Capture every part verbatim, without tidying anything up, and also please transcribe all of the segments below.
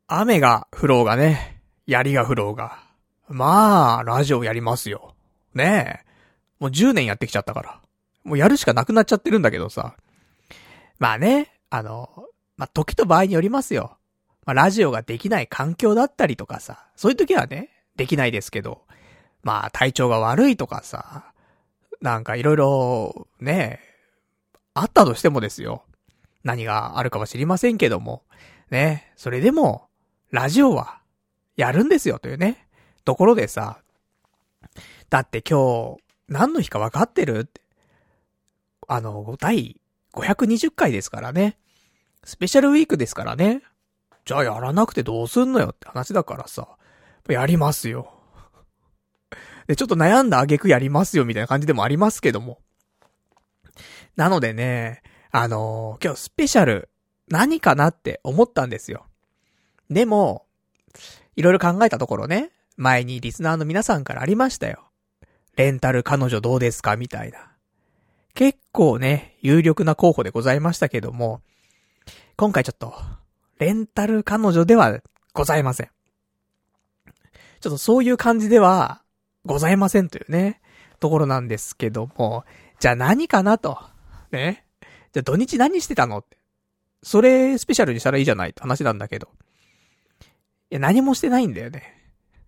雨が降ろうがね、槍が降ろうが。まあ、ラジオやりますよ。ねえ。もうじゅうねんやってきちゃったから。もうやるしかなくなっちゃってるんだけどさ。まあね、あの、まあ時と場合によりますよ。まあラジオができない環境だったりとかさ、そういう時はね、できないですけど、まあ体調が悪いとかさ、なんかいろいろ、ね、あったとしてもですよ。何があるかは知りませんけども、ね、それでも、ラジオは、やるんですよというね、ところでさ、だって今日、何の日か分かってるって、あの、第ごひゃくにじゅっかいですからね、スペシャルウィークですからね、じゃあやらなくてどうすんのよって話だからさ、やりますよ。で、ちょっと悩んだ挙句やりますよみたいな感じでもありますけども。なのでね、あのー、今日スペシャル、何かなって思ったんですよ。でも、いろいろ考えたところね、前にリスナーの皆さんからありましたよ。レンタル彼女どうですかみたいな。結構ね、有力な候補でございましたけども、今回ちょっと、レンタル彼女ではございません。ちょっとそういう感じではございませんというね、ところなんですけども、じゃあ何かなと。ね。じゃあ土日何してたのって。それスペシャルにしたらいいじゃないって話なんだけど。いや、何もしてないんだよね。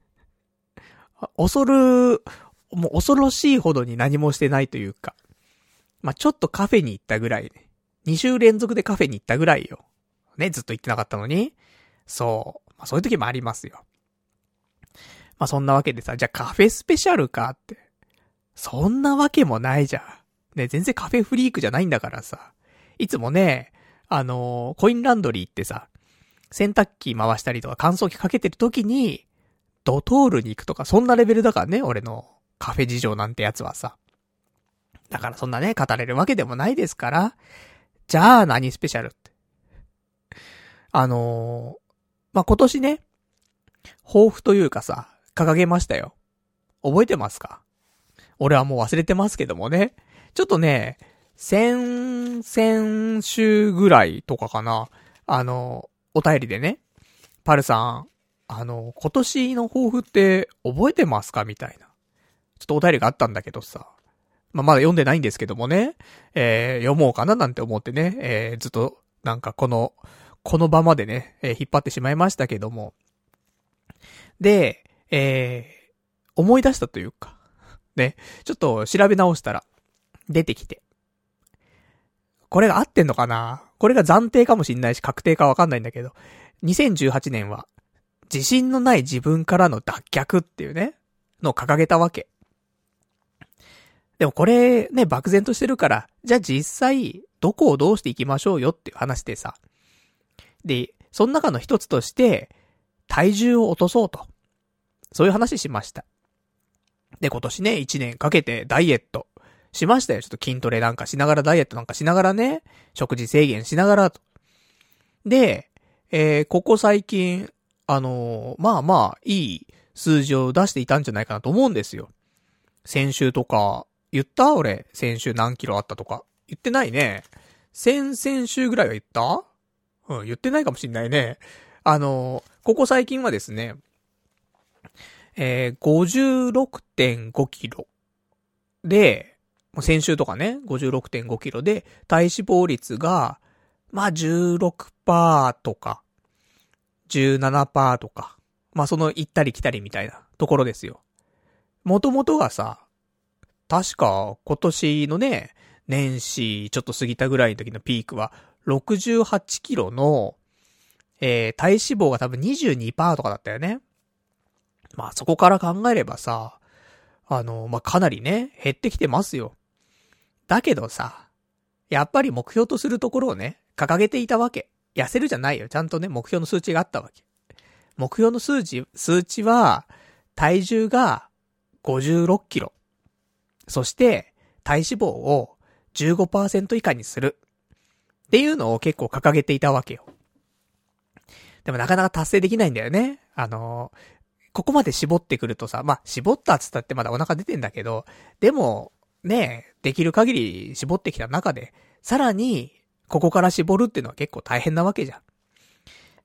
恐る、もう恐ろしいほどに何もしてないというか。まあ、ちょっとカフェに行ったぐらいね。に週連続でカフェに行ったぐらいよ。ね、ずっと行ってなかったのに。そう。まあ、そういう時もありますよ。まあ、そんなわけでさ、じゃあカフェスペシャルかって。そんなわけもないじゃん。ね、全然カフェフリークじゃないんだからさ。いつもね、あのー、コインランドリーってさ、洗濯機回したりとか乾燥機かけてる時に、ドトールに行くとか、そんなレベルだからね、俺のカフェ事情なんてやつはさ。だからそんなね、語れるわけでもないですから、じゃあ何スペシャルって。あのー、まあ、今年ね、抱負というかさ、掲げましたよ。覚えてますか？俺はもう忘れてますけどもね。ちょっとね、先、先週ぐらいとかかな。あの、お便りでね、パルさん、あの、今年の抱負って覚えてますかみたいな。ちょっとお便りがあったんだけどさ。まあ、まだ読んでないんですけどもね。えー、読もうかななんて思ってね。えー、ずっと、なんかこの、この場までね、えー、引っ張ってしまいましたけども。で、えー、思い出したというか。ね。ちょっと調べ直したら、出てきて。これが合ってんのかな？これが暫定かもしんないし、確定かわかんないんだけど。にせんじゅうはちねんは、自信のない自分からの脱却っていうね、のを掲げたわけ。でもこれね、漠然としてるから、じゃあ実際、どこをどうしていきましょうよっていう話でさ。で、その中の一つとして、体重を落とそうと。そういう話しました。で、今年ね、いちねんかけてダイエットしましたよ。ちょっと筋トレなんかしながら、ダイエットなんかしながらね、食事制限しながらと。で、えー、ここ最近、あのー、まあまあ、いい数字を出していたんじゃないかなと思うんですよ。先週とか、言った俺、先週何キロあったとか。言ってないね。先々週ぐらいは言った？うん、言ってないかもしんないね。あのー、ここ最近はですね、えー、ごじゅうろくてんごキロ。で、先週とかね、ごじゅうろくてんごキロで、体脂肪率が、まあ、じゅうろくパーセント とか、じゅうななパーセント とか、まあ、その行ったり来たりみたいなところですよ。もともとがさ、確か今年のね、年始ちょっと過ぎたぐらいの時のピークは、ろくじゅうはちキロの、えー、体脂肪が多分 にじゅうにパーセント とかだったよね。まあそこから考えればさ、あの、まあかなりね、減ってきてますよ。だけどさ、やっぱり目標とするところをね、掲げていたわけ。痩せるじゃないよ。ちゃんとね、目標の数値があったわけ。目標の数値、数値は、体重がごじゅうろっキロ。そして、体脂肪を じゅうごパーセント 以下にする。っていうのを結構掲げていたわけよ。でもなかなか達成できないんだよね。あの、ここまで絞ってくるとさ、まあ、絞ったっつったってまだお腹出てんだけど、でも、ね、できる限り絞ってきた中で、さらに、ここから絞るっていうのは結構大変なわけじゃん。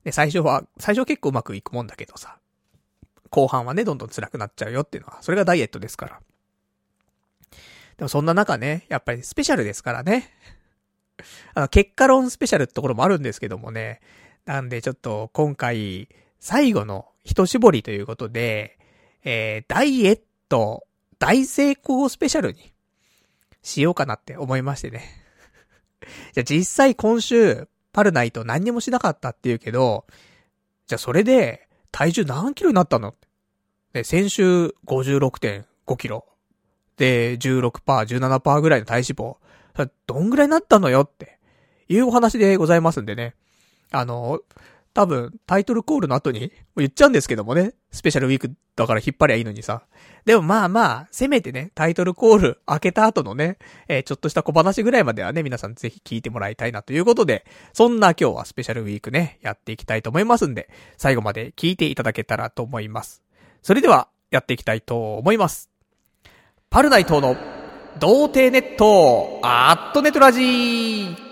で、最初は、最初は結構うまくいくもんだけどさ、後半はね、どんどん辛くなっちゃうよっていうのは、それがダイエットですから。でもそんな中ね、やっぱりスペシャルですからね。あの、結果論スペシャルってところもあるんですけどもね。なんでちょっと今回、最後の一絞りということで、えー、ダイエット大成功スペシャルにしようかなって思いましてね。じゃあ実際今週、パルナイト何にもしなかったっていうけど、じゃあそれで体重何キロになったの？で、先週 ごじゅうろくてんごキロ。で、じゅうろくパーセント、じゅうななパーセントぐらいの体脂肪。どんぐらいになったのよっていうお話でございますんでね。あの、多分タイトルコールの後に言っちゃうんですけどもね。スペシャルウィークだから引っ張りゃいいのにさ。でもまあまあ、せめてね、タイトルコール開けた後のね、えー、ちょっとした小話ぐらいまではね、皆さんぜひ聞いてもらいたいなということで、そんな今日はスペシャルウィークね、やっていきたいと思いますんで、最後まで聞いていただけたらと思います。それでは、やっていきたいと思います。パルナイトの童貞ネットアットネトラジー。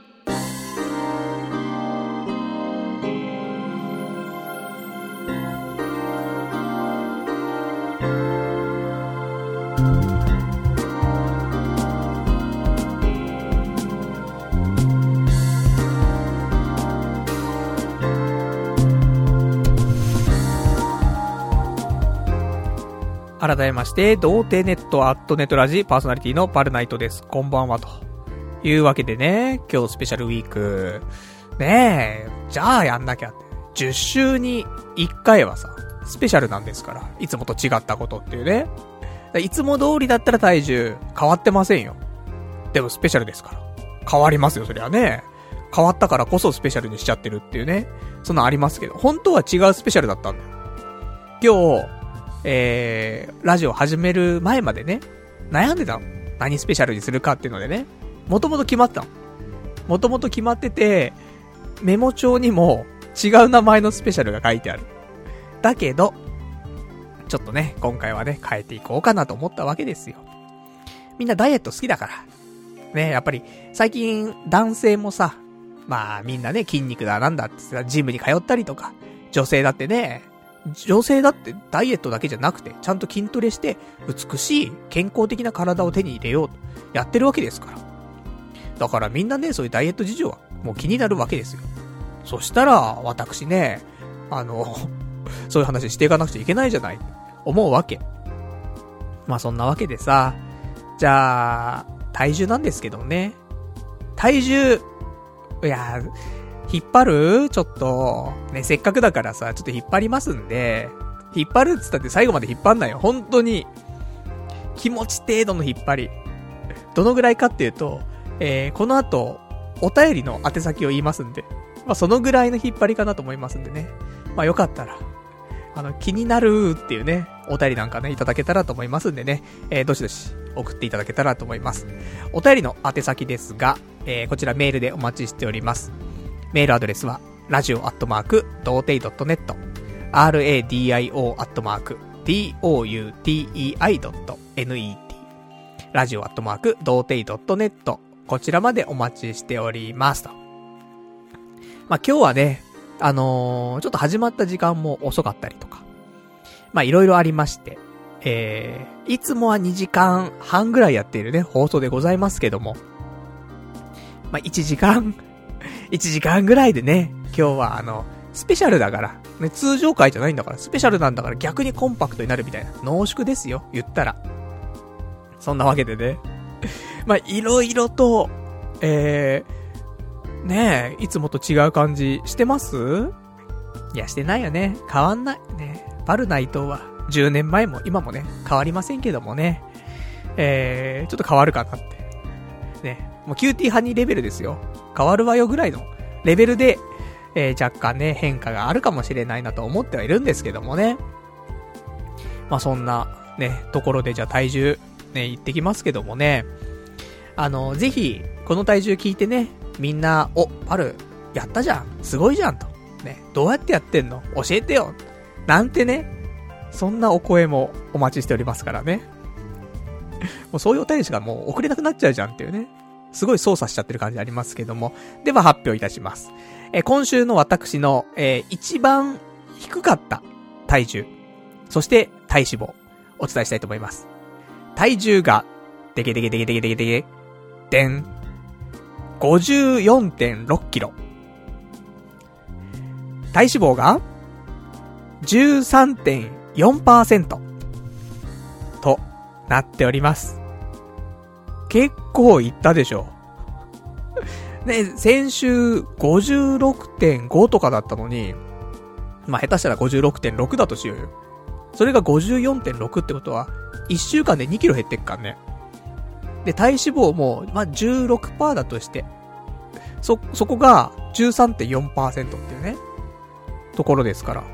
改めまして、童貞ネットアットネトラジパーソナリティのパルナイトです。こんばんはというわけでね、今日スペシャルウィークねえ、じゃあやんなきゃってじゅっしゅうにいっかいはさスペシャルなんですから、いつもと違ったことっていうね。いつも通りだったら体重変わってませんよ。でもスペシャルですから変わりますよ。そりゃね、変わったからこそスペシャルにしちゃってるっていうね、そんなありますけど、本当は違うスペシャルだったんだよ。今日えー、ラジオ始める前までね、悩んでたの。何スペシャルにするかっていうのでね、もともと決まってたの。もともと決まってて、メモ帳にも違う名前のスペシャルが書いてある。だけど、ちょっとね、今回はね、変えていこうかなと思ったわけですよ。みんなダイエット好きだから。ね、やっぱり、最近、男性もさ、まあみんなね、筋肉だなんだってさ、ジムに通ったりとか、女性だってね、女性だってダイエットだけじゃなくて、ちゃんと筋トレして、美しい、健康的な体を手に入れようと、やってるわけですから。だからみんなね、そういうダイエット事情は、もう気になるわけですよ。そしたら、私ね、あの、そういう話していかなくちゃいけないじゃない、思うわけ。まあそんなわけでさ、じゃあ、体重なんですけどね。体重、いやー、引っ張る？ちょっと、ね、せっかくだからさ、ちょっと引っ張りますんで、引っ張るって言ったって最後まで引っ張んないよ。本当に、気持ち程度の引っ張り。どのぐらいかっていうと、えー、この後、お便りの宛先を言いますんで、まあそのぐらいの引っ張りかなと思いますんでね。まあよかったら、あの、気になるっていうね、お便りなんかね、いただけたらと思いますんでね、えー、どしどし送っていただけたらと思います。お便りの宛先ですが、えー、こちらメールでお待ちしております。メールアドレスは、ラジオアットマーク、童貞 .net、radio アットマーク、doutei.net、ラジオアットマーク、童貞 .net、こちらまでお待ちしておりますと。まあ、今日はね、あのー、ちょっと始まった時間も遅かったりとか、まあ、いろいろありまして、えー、いつもはにじかんはんぐらいやっているね、放送でございますけども、まあ、いちじかん、いちじかんぐらいでね、今日はあの、スペシャルだから、ね、通常回じゃないんだから、スペシャルなんだから逆にコンパクトになるみたいな、濃縮ですよ、言ったら。そんなわけでね。まあ、いろいろと、えー、ねえ、いつもと違う感じしてます？いや、してないよね。変わんない。ね。パルナイトは、じゅうねんまえも今もね、変わりませんけどもね。えー、ちょっと変わるかなって。ね。もうキューティーハニーレベルですよ。変わるわよぐらいのレベルで、えー、若干ね、変化があるかもしれないなと思ってはいるんですけどもね。まあそんな、ね、ところでじゃあ体重、ね、言ってきますけどもね。あの、ぜひ、この体重聞いてね、みんな、お、パル、やったじゃん。すごいじゃんと。ね、どうやってやってんの？教えてよ。なんてね、そんなお声もお待ちしておりますからね。もうそういうお便りしかもう送れなくなっちゃうじゃんっていうね。すごい操作しちゃってる感じありますけども。では発表いたします。 えー、今週の私の、えー、一番低かった体重、そして体脂肪、お伝えしたいと思います。体重が、でけでけでけでけでけでけ、でん、ごじゅうよんてんろっキロ。体脂肪が、じゅうさんてんよんパーセント となっております。結構いったでしょ。ね、先週 ごじゅうろくてんご とかだったのに、まあ、下手したら ごじゅうろくてんろく だとしようよ。それが ごじゅうよんてんろく ってことは、いっしゅうかんでにキロ減ってっからね。で、体脂肪も、まあ、じゅうろくパーセント だとして、そ、そこが じゅうさんてんよんパーセント っていうね、ところですから。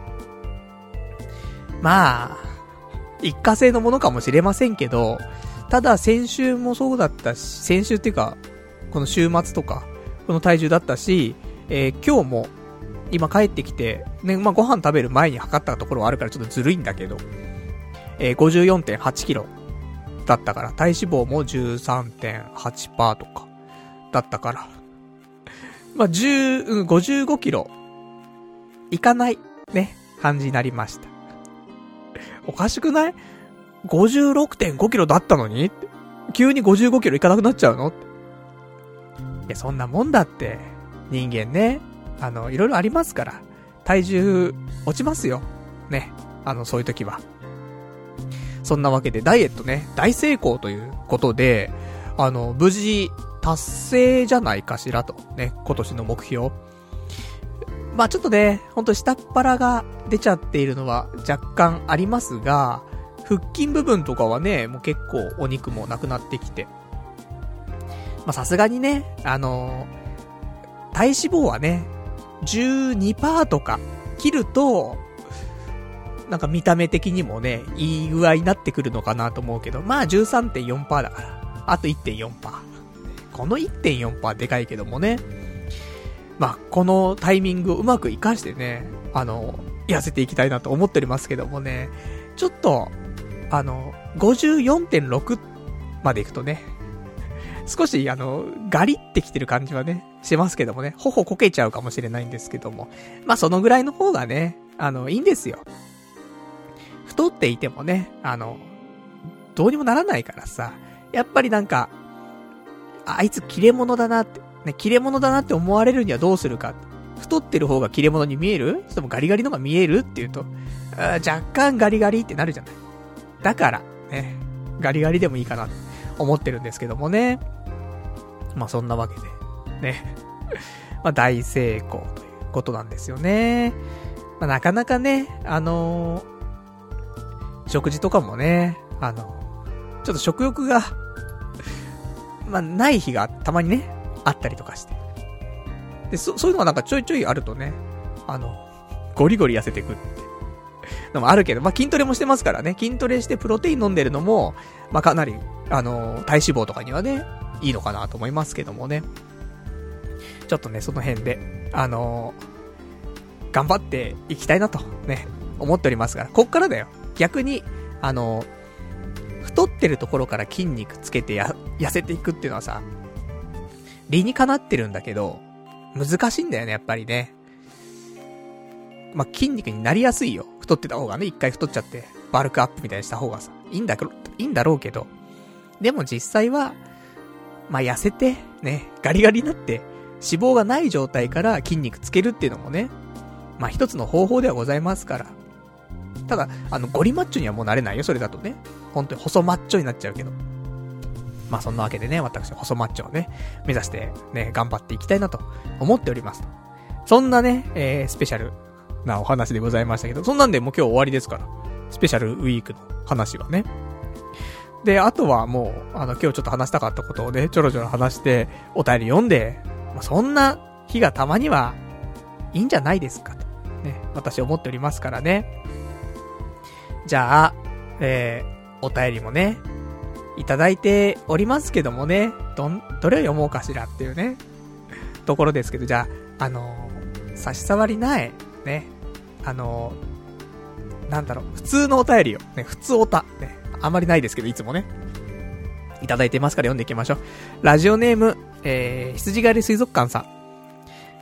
まあ、一過性のものかもしれませんけど、ただ先週もそうだったし、先週っていうか、この週末とか、この体重だったし、えー、今日も、今帰ってきて、ね、まあ、ご飯食べる前に測ったところはあるからちょっとずるいんだけど、えー、ごじゅうよんてんはちキロだったから、体脂肪も じゅうさんてんはちパーセント とか、だったから、まあ、10、うん、ごじゅうごキロ、いかない、ね、感じになりました。おかしくない？ ごじゅうろくてんごキロだったのにって急にごじゅうごキロいかなくなっちゃうのって。いや、そんなもんだって、人間ね、あの、いろいろありますから、体重、落ちますよ。ね。あの、そういう時は。そんなわけで、ダイエットね、大成功ということで、あの、無事、達成じゃないかしらと。ね、今年の目標。まあちょっとね、ほんと下っ腹が出ちゃっているのは若干ありますが、腹筋部分とかはね、もう結構お肉もなくなってきて。まあさすがにね、あのー、体脂肪はね、じゅうにパーセント とか切ると、なんか見た目的にもね、いい具合になってくるのかなと思うけど、まあ じゅうさんてんよんパーセント だから、あと いってんよんパーセント。この いってんよんパーセント でかいけどもね、まあ、このタイミングをうまく活かしてね、あの、痩せていきたいなと思っておりますけどもね、ちょっと、あの、ごじゅうよんてんろく までいくとね、少し、あの、ガリってきてる感じはね、しますけどもね、頬こけちゃうかもしれないんですけども、まあ、そのぐらいの方がね、あの、いいんですよ。太っていてもね、あの、どうにもならないからさ、やっぱりなんか、あいつ切れ者だなって、ね、切れ者だなって思われるにはどうするか。太ってる方が切れ者に見える？それともガリガリのが見えるっていうと、あ若干ガリガリってなるじゃない。だから、ね、ガリガリでもいいかなって思ってるんですけどもね。まあそんなわけで、ね。まあ大成功ということなんですよね。まあなかなかね、あのー、食事とかもね、あの、ちょっと食欲が、まあない日がたまにね、あったりとかして。で、そ、そういうのがなんかちょいちょいあるとね、あの、ゴリゴリ痩せてくってのもあるけど、まあ、筋トレもしてますからね、筋トレしてプロテイン飲んでるのも、まあ、かなり、あの、体脂肪とかにはね、いいのかなと思いますけどもね。ちょっとね、その辺で、あの、頑張っていきたいなと、ね、思っておりますから、こっからだよ。逆に、あの、太ってるところから筋肉つけてや、痩せていくっていうのはさ、理にかなってるんだけど、難しいんだよね、やっぱりね。まあ、筋肉になりやすいよ。太ってた方がね、一回太っちゃって、バルクアップみたいにした方がさ、いいんだけど、いいんだろうけど、でも実際は、まあ、痩せて、ね、ガリガリになって、脂肪がない状態から筋肉つけるっていうのもね、まあ、一つの方法ではございますから。ただ、あの、ゴリマッチョにはもうなれないよ、それだとね。本当に細マッチョになっちゃうけど。まあそんなわけでね、私、細マッチョをね、目指してね、頑張っていきたいなと思っております。そんなね、えー、スペシャルなお話でございましたけど、そんなんでもう今日終わりですから。スペシャルウィークの話はね。で、あとはもう、あの、今日ちょっと話したかったことをね、ちょろちょろ話して、お便り読んで、まあ、そんな日がたまにはいいんじゃないですかと。ね、私思っておりますからね。じゃあ、えー、お便りもね、いただいておりますけどもね、どん、どれを読もうかしらっていうね、ところですけど、じゃあ、あのー、差し障りない、ね、あのー、なんだろう、普通のお便りを、ね、普通おた、ね、あまりないですけど、いつもね、いただいてますから読んでいきましょう。ラジオネーム、えー、羊狩り水族館さん。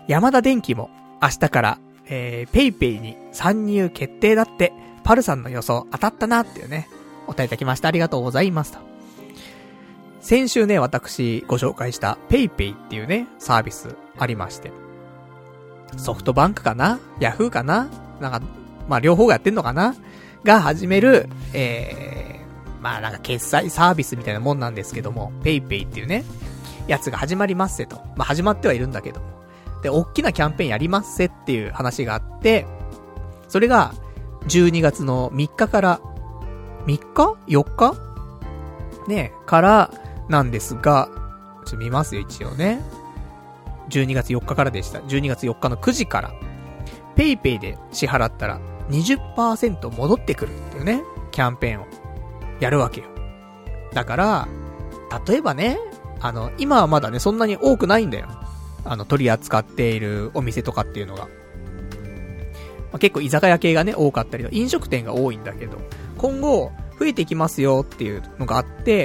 山田電機も明日から、えー、ペイペイに参入決定だって、パルさんの予想当たったなっていうね、お答えいただきました。ありがとうございますと。先週ね、私ご紹介したペイペイっていうね、サービスありまして。ソフトバンクかな？ヤフーかな？なんか、まあ両方がやってんのかな？が始める、えー、まあなんか決済サービスみたいなもんなんですけども、ペイペイっていうね、やつが始まりますせと。まあ始まってはいるんだけども。で、大きなキャンペーンやりますせっていう話があって、それがじゅうにがつのみっかから、みっか？ よっか？ ね、からなんですが、ちょっと見ますよ一応ね。じゅうにがつよっかからでした。じゅうにがつよっかのくじから、ペイペイで支払ったら にじゅっパーセント 戻ってくるっていうね、キャンペーンをやるわけよ。だから、例えばね、あの、今はまだね、そんなに多くないんだよ。あの、取り扱っているお店とかっていうのが。まあ、結構居酒屋系がね、多かったりと、飲食店が多いんだけど、今後、増えていきますよっていうのがあって、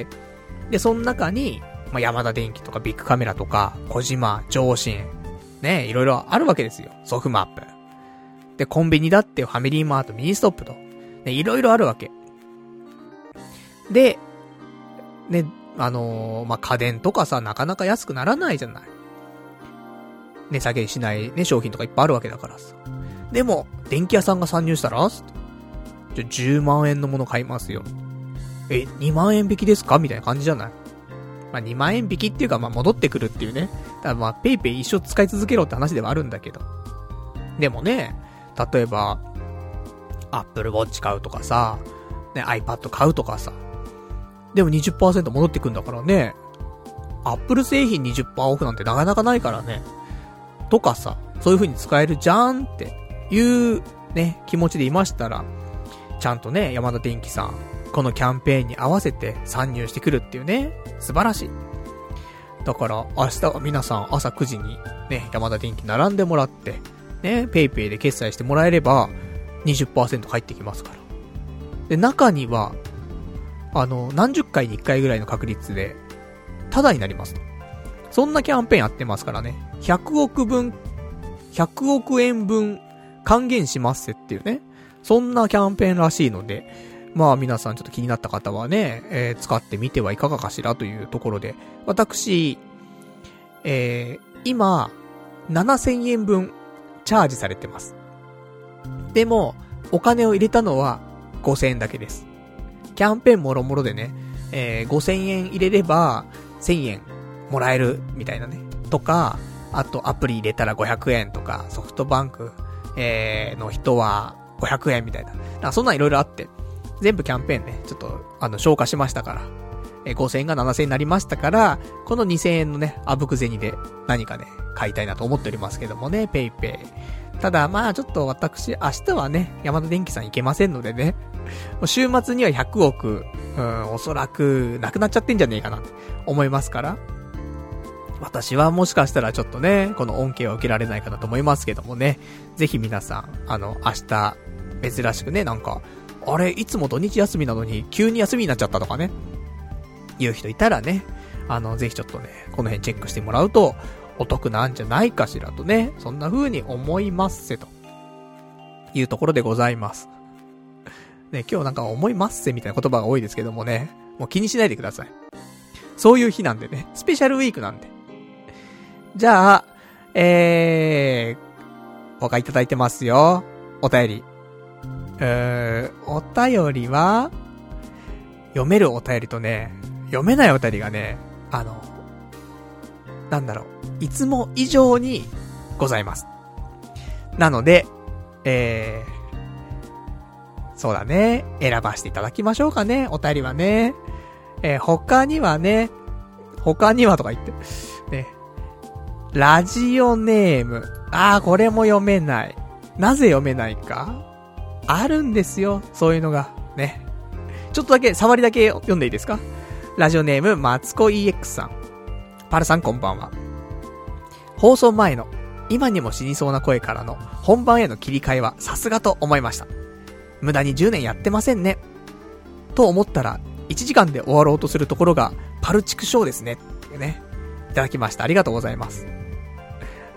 で、その中に、まあ、ヤマダ電機とかビッグカメラとか、小島、上信、ね、いろいろあるわけですよ。ソフマップ。で、コンビニだってファミリーマート、ミニストップと、ね、いろいろあるわけ。で、ね、あのー、まあ、家電とかさ、なかなか安くならないじゃない。値下げしないね、商品とかいっぱいあるわけだからさ。でも、電気屋さんが参入したら、じゃ、じゅうまんえんのもの買いますよ。え、にまんえん引きですかみたいな感じじゃない。まあ、にまんえん引きっていうか、まあ、戻ってくるっていうね。だからまあ、ペイペイ一生使い続けろって話ではあるんだけど。でもね、例えば、Apple Watch 買うとかさ、ね、iPad 買うとかさ。でも にじゅっパーセント 戻ってくんだからね。Apple 製品 にじゅっパーセント オフなんてなかなかないからね。とかさ、そういう風に使えるじゃんっていうね、気持ちでいましたら、ちゃんとね、ヤマダ電機さん、このキャンペーンに合わせて参入してくるっていうね、素晴らしい。だから明日は皆さん朝くじにね、ヤマダ電機並んでもらって、ね、ペイペイで決済してもらえれば にじゅっパーセント 入ってきますから。で、中には、あの、何十回にいっかいぐらいの確率で、タダになりますと。そんなキャンペーンやってますからね。ひゃくおくぶん、ひゃくおくえんぶん還元しますっていうね。そんなキャンペーンらしいので、まあ皆さんちょっと気になった方はね、えー、使ってみてはいかがかしらというところで、私、えー、今、ななせんえんぶんチャージされてます。でも、お金を入れたのはごせんえんだけです。キャンペーンもろもろでね、えー、ごせんえん入れればせんえんもらえるみたいなね。とか、あとアプリ入れたらごひゃくえんとか、ソフトバンク、えー、の人はごひゃくえんみたいな。なんかそんなんいろいろあって、全部キャンペーンね、ちょっと、あの、消化しましたから。えー、ごせんえんがななせんえんになりましたから、このにせんえんのね、あぶく銭で何かね、買いたいなと思っておりますけどもね、ペイペイ。ただ、まあちょっと私、明日はね、ヤマダ電機さん行けませんのでね、週末にはひゃくおく、うん、おそらく、なくなっちゃってんじゃねえかな、思いますから。私はもしかしたらちょっとね、この恩恵は受けられないかなと思いますけどもね、ぜひ皆さん、あの、明日、珍しくね、なんか、あれ、いつも土日休みなのに、急に休みになっちゃったとかね、いう人いたらね、あの、ぜひちょっとね、この辺チェックしてもらうと、お得なんじゃないかしらとね、そんな風に思いますせと、いうところでございます。ね、今日なんか思いますせみたいな言葉が多いですけどもね、もう気にしないでください。そういう日なんでね、スペシャルウィークなんで。じゃあ、えー、他いただいてますよ。お便り。えー、お便りは、読めるお便りとね、読めないお便りがね、あの、なんだろう、いつも以上にございます。なので、えー、そうだね、選ばせていただきましょうかね、お便りはね。えー、他にはね、他にはとか言って、ね、ラジオネーム。あー、これも読めない。なぜ読めないかあるんですよ、そういうのが。ね。ちょっとだけ、触りだけ読んでいいですか？ラジオネーム、マツコ イーエックス さん。パルさんこんばんは。放送前の、今にも死にそうな声からの、本番への切り替えはさすがと思いました。無駄にじゅうねんやってませんね。と思ったら、いちじかんで終わろうとするところが、パルチクショーですね。ってね。いただきました。ありがとうございます。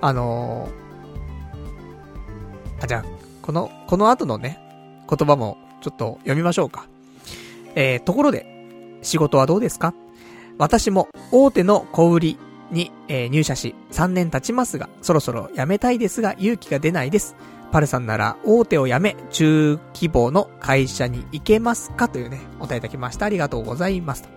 あのー、あ、じゃあ、この、この後のね、言葉もちょっと読みましょうか。えー、ところで、仕事はどうですか？私も大手の小売りに、えー、入社しさんねん経ちますが、そろそろ辞めたいですが勇気が出ないです。パルさんなら大手を辞め中規模の会社に行けますか？というね、お答えいただきました。ありがとうございます。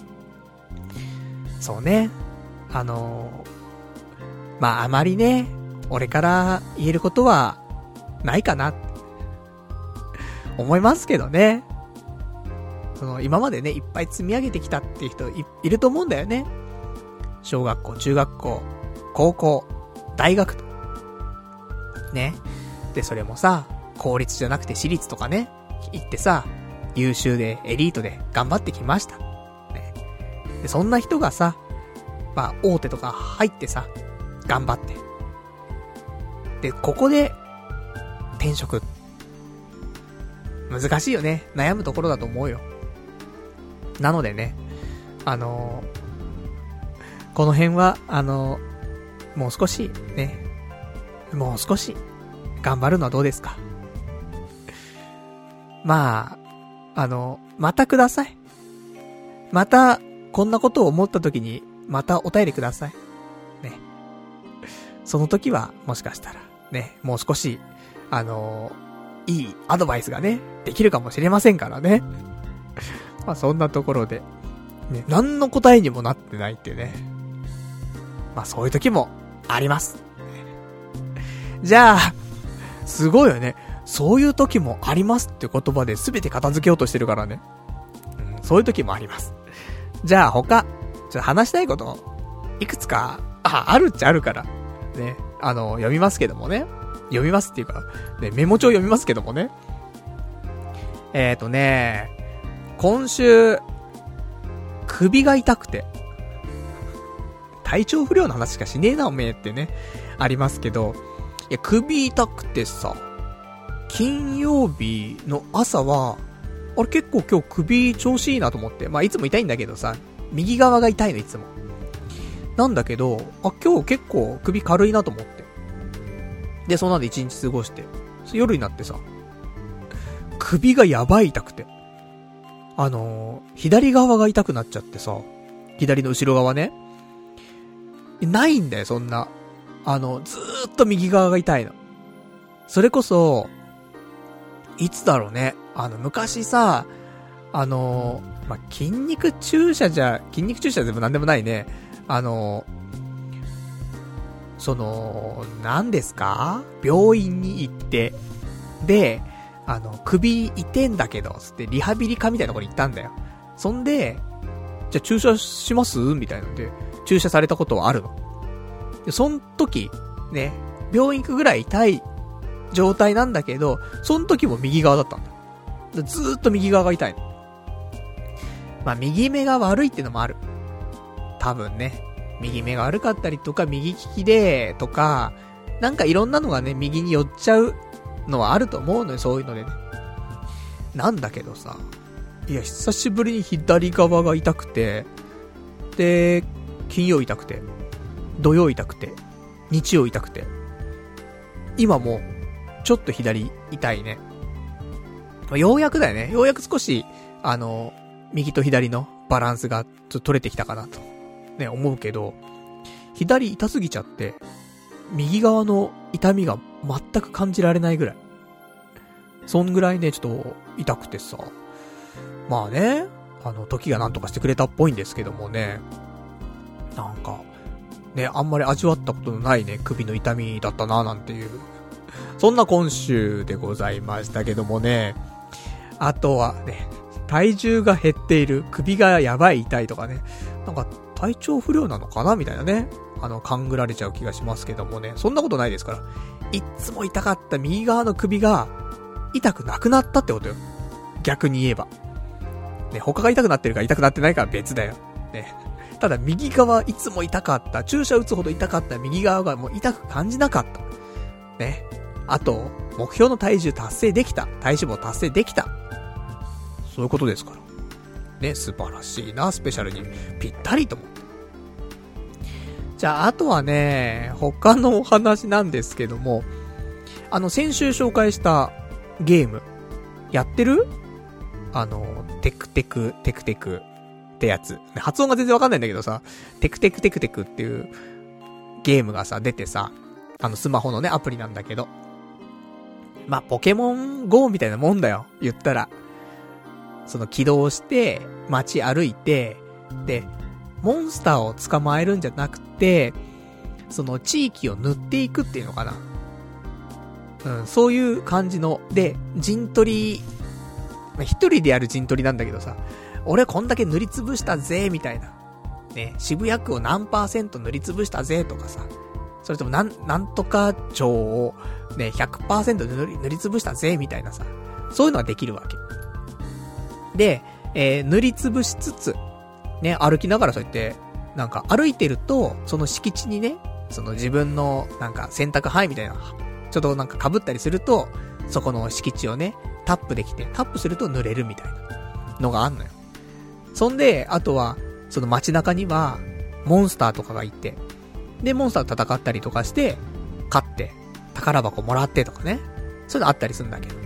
そうね。あのー、まああまりね、俺から言えることはないかな思いますけどね。その今までね、いっぱい積み上げてきたっていう人 い, いると思うんだよね。小学校、中学校、高校、大学とね。でそれもさ、公立じゃなくて私立とかね行ってさ、優秀でエリートで頑張ってきました、ね、でそんな人がさ、まあ大手とか入ってさ頑張って、でここで転職、難しいよね。悩むところだと思うよ。なのでね、あのー、この辺はあのー、もう少しね、もう少し頑張るのはどうですか。まああのまたください。またこんなことを思った時にまたお便りくださいね。その時はもしかしたらね、もう少しあのー、いいアドバイスがねできるかもしれませんからね。まあそんなところでね、何の答えにもなってないっていうね。まあそういう時もあります。じゃあすごいよね。そういう時もありますって言葉で全て片付けようとしてるからね。うん、そういう時もあります。じゃあ他、ちょっと話したいこといくつか、あ、あるっちゃあるからね、あの読みますけどもね。読みますっていうか、ね、メモ帳読みますけどもね。えーとね、今週首が痛くて、体調不良の話しかしねえなおめえってねありますけど、いや首痛くてさ、金曜日の朝はあれ結構今日首調子いいなと思って、まあいつも痛いんだけどさ、右側が痛いのいつもなんだけど、あ今日結構首軽いなと思って、でそんなんで一日過ごして、夜になってさ、首がやばい痛くて、あのー、左側が痛くなっちゃってさ、左の後ろ側ね、ないんだよそんな、あのずーっと右側が痛いの。それこそいつだろうね、あの昔さ、あのー、まあ、筋肉注射じゃ筋肉注射でもなんでもないね、あのー、その何ですか、病院に行って、であの首痛んだけどつってリハビリ科みたいなところに行ったんだよ。そんでじゃあ注射しますみたいなので注射されたことはあるの。でそん時ね、病院行くぐらい痛い状態なんだけど、その時も右側だったんだ。ずーっと右側が痛いの。まあ右目が悪いってのもある。多分ね、右目が悪かったりとか、右利きでとか、なんかいろんなのがね右に寄っちゃうのはあると思うのよ、そういうのでね。なんだけどさ、いや久しぶりに左側が痛くて、で金曜痛くて、土曜痛くて、日曜痛くて、今もちょっと左痛いね。ようやくだよね。ようやく少しあの右と左のバランスがちょっと取れてきたかなとね思うけど、左痛すぎちゃって右側の痛みが全く感じられないぐらい、そんぐらいねちょっと痛くてさ、まあね、あの時がなんとかしてくれたっぽいんですけどもね、なんかねあんまり味わったことのないね首の痛みだったななんていう、そんな今週でございましたけどもね。あとはね、体重が減っている、首がやばい痛いとかね、なんか体調不良なのかなみたいなね、あの勘ぐられちゃう気がしますけどもね、そんなことないですから。いっつも痛かった右側の首が痛くなくなったってことよ、逆に言えばね。他が痛くなってるか痛くなってないかは別だよね。ただ右側いつも痛かった、注射打つほど痛かった右側がもう痛く感じなかったね。あと目標の体重達成できた、体脂肪達成できた、そういうことですからね。素晴らしいな、スペシャルにぴったりと思って。 じゃあ、あとはね、他のお話なんですけども、あの、先週紹介したゲーム、やってる？あの、テクテク、テクテクってやつ。発音が全然わかんないんだけどさ、テクテクテクテクっていうゲームがさ、出てさ、あの、スマホのね、アプリなんだけど。まあ、ポケモン ゴー みたいなもんだよ、言ったら。その起動して、街歩いて、で、モンスターを捕まえるんじゃなくて、その地域を塗っていくっていうのかな。うん、そういう感じの、で、陣取り、まあ、一人でやる陣取りなんだけどさ、俺こんだけ塗りつぶしたぜ、みたいな。ね、渋谷区を何パーセント塗りつぶしたぜ、とかさ、それともなん、なんとか町をね、ひゃくパーセント 塗り、塗りつぶしたぜ、みたいなさ、そういうのができるわけ。で、えー、塗りつぶしつつ、ね、歩きながらそうやって、なんか歩いてると、その敷地にね、その自分のなんか洗濯範囲みたいな、ちょっとなんか被ったりすると、そこの敷地をね、タップできて、タップすると塗れるみたいなのがあんのよ。そんで、あとは、その街中には、モンスターとかがいて、で、モンスターと戦ったりとかして、勝って、宝箱もらってとかね、そういうのあったりするんだけど。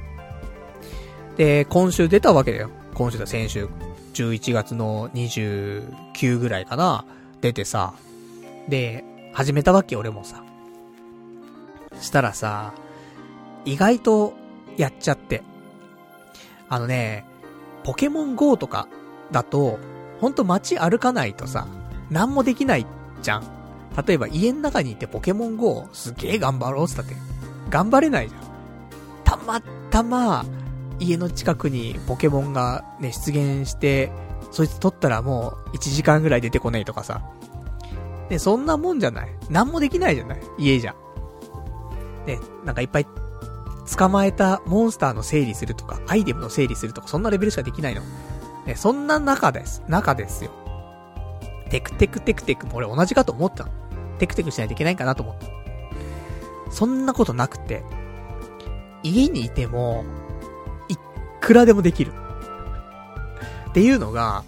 で、今週出たわけだよ。今週だ、先週。じゅういちがつのにじゅうくぐらいかな、出てさ、で、始めたわけ俺もさ。したらさ、意外とやっちゃって。あのね、ポケモン ゴー とかだと、ほんと街歩かないとさ、なんもできないじゃん。例えば家の中にいてポケモン ゴー すげえ頑張ろうって言ったって、頑張れないじゃん。たまたま、家の近くにポケモンがね、出現して、そいつ取ったらもういちじかんぐらい出てこないとかさ。ね、そんなもんじゃない。なんもできないじゃない。家じゃ。ね、なんかいっぱい捕まえたモンスターの整理するとか、アイテムの整理するとか、そんなレベルしかできないの。ね、そんな中です。中ですよ。テクテクテクテクも俺同じかと思ったの。テクテクしないといけないかなと思った。そんなことなくて、家にいても、いくらでもできる。っていうのが、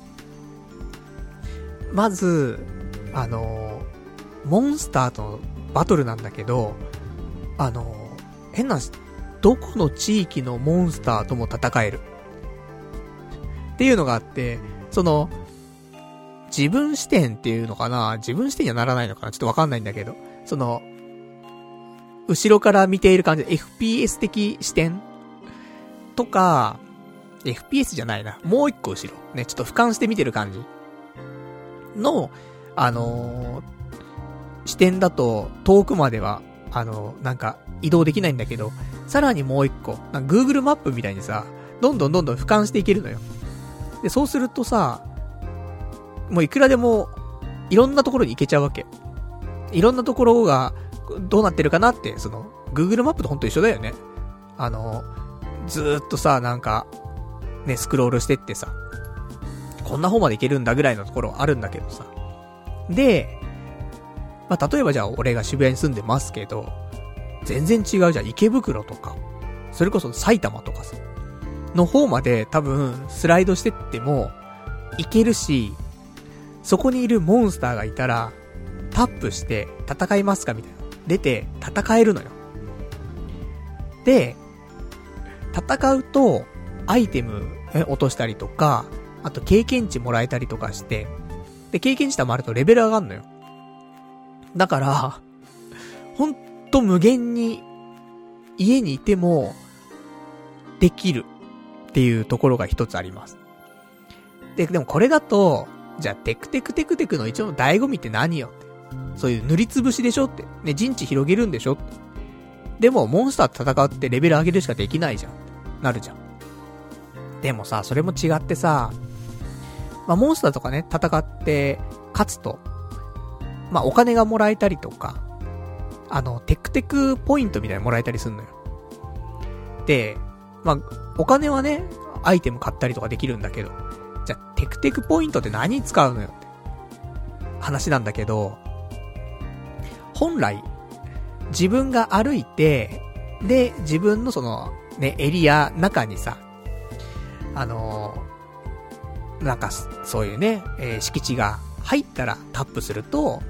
まず、あの、モンスターとのバトルなんだけど、あの、変な、どこの地域のモンスターとも戦える。っていうのがあって、その、自分視点っていうのかな、自分視点にはならないのかな、ちょっとわかんないんだけど、その、後ろから見ている感じで エフピーエス 的視点とか、エフピーエス じゃないな。もう一個後ろ。ね、ちょっと俯瞰して見てる感じの、あのー、視点だと遠くまでは、あのー、なんか移動できないんだけど、さらにもう一個、なんか Google マップみたいにさ、どんどんどんどん俯瞰していけるのよ。で、そうするとさ、もういくらでも、いろんなところに行けちゃうわけ。いろんなところが、どうなってるかなって、その、Google マップとほんと一緒だよね。あの、ずーっとさ、なんか、ね、スクロールしてってさ、こんな方まで行けるんだぐらいのところあるんだけどさ。で、まあ、例えばじゃあ俺が渋谷に住んでますけど、全然違うじゃん。池袋とか、それこそ埼玉とかさ、の方まで多分スライドしてっても行けるし、そこにいるモンスターがいたら、タップして戦いますかみたいな。出て戦えるのよ。で、戦うと、アイテム落としたりとか、あと経験値もらえたりとかして、で、経験値たまるとレベル上がんのよ。だから、ほんと無限に、家にいても、できるっていうところが一つあります。で、でもこれだと、じゃあテクテクテクテクの一応の醍醐味って何よって。そういう塗りつぶしでしょって。ね、陣地広げるんでしょって。でも、モンスターと戦ってレベル上げるしかできないじゃん。なるじゃん。でもさ、それも違ってさ、まあ、モンスターとかね、戦って勝つと、まあ、お金がもらえたりとか、あの、テクテクポイントみたいなのもらえたりすんのよ。で、まあ、お金はね、アイテム買ったりとかできるんだけど、じゃあ、テクテクポイントって何に使うのよって話なんだけど、本来、自分が歩いて、で、自分のその、ね、エリア中にさ、あのー、なんか、そういうね、えー、敷地が入ったらタップすると、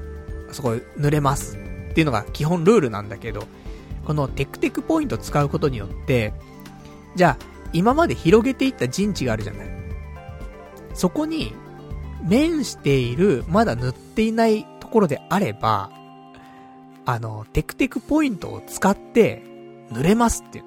そこ濡れますっていうのが基本ルールなんだけど、このテクテクポイント使うことによって、じゃあ今まで広げていった陣地があるじゃない。そこに面しているまだ塗っていないところであれば、あのテクテクポイントを使って塗れますっていう。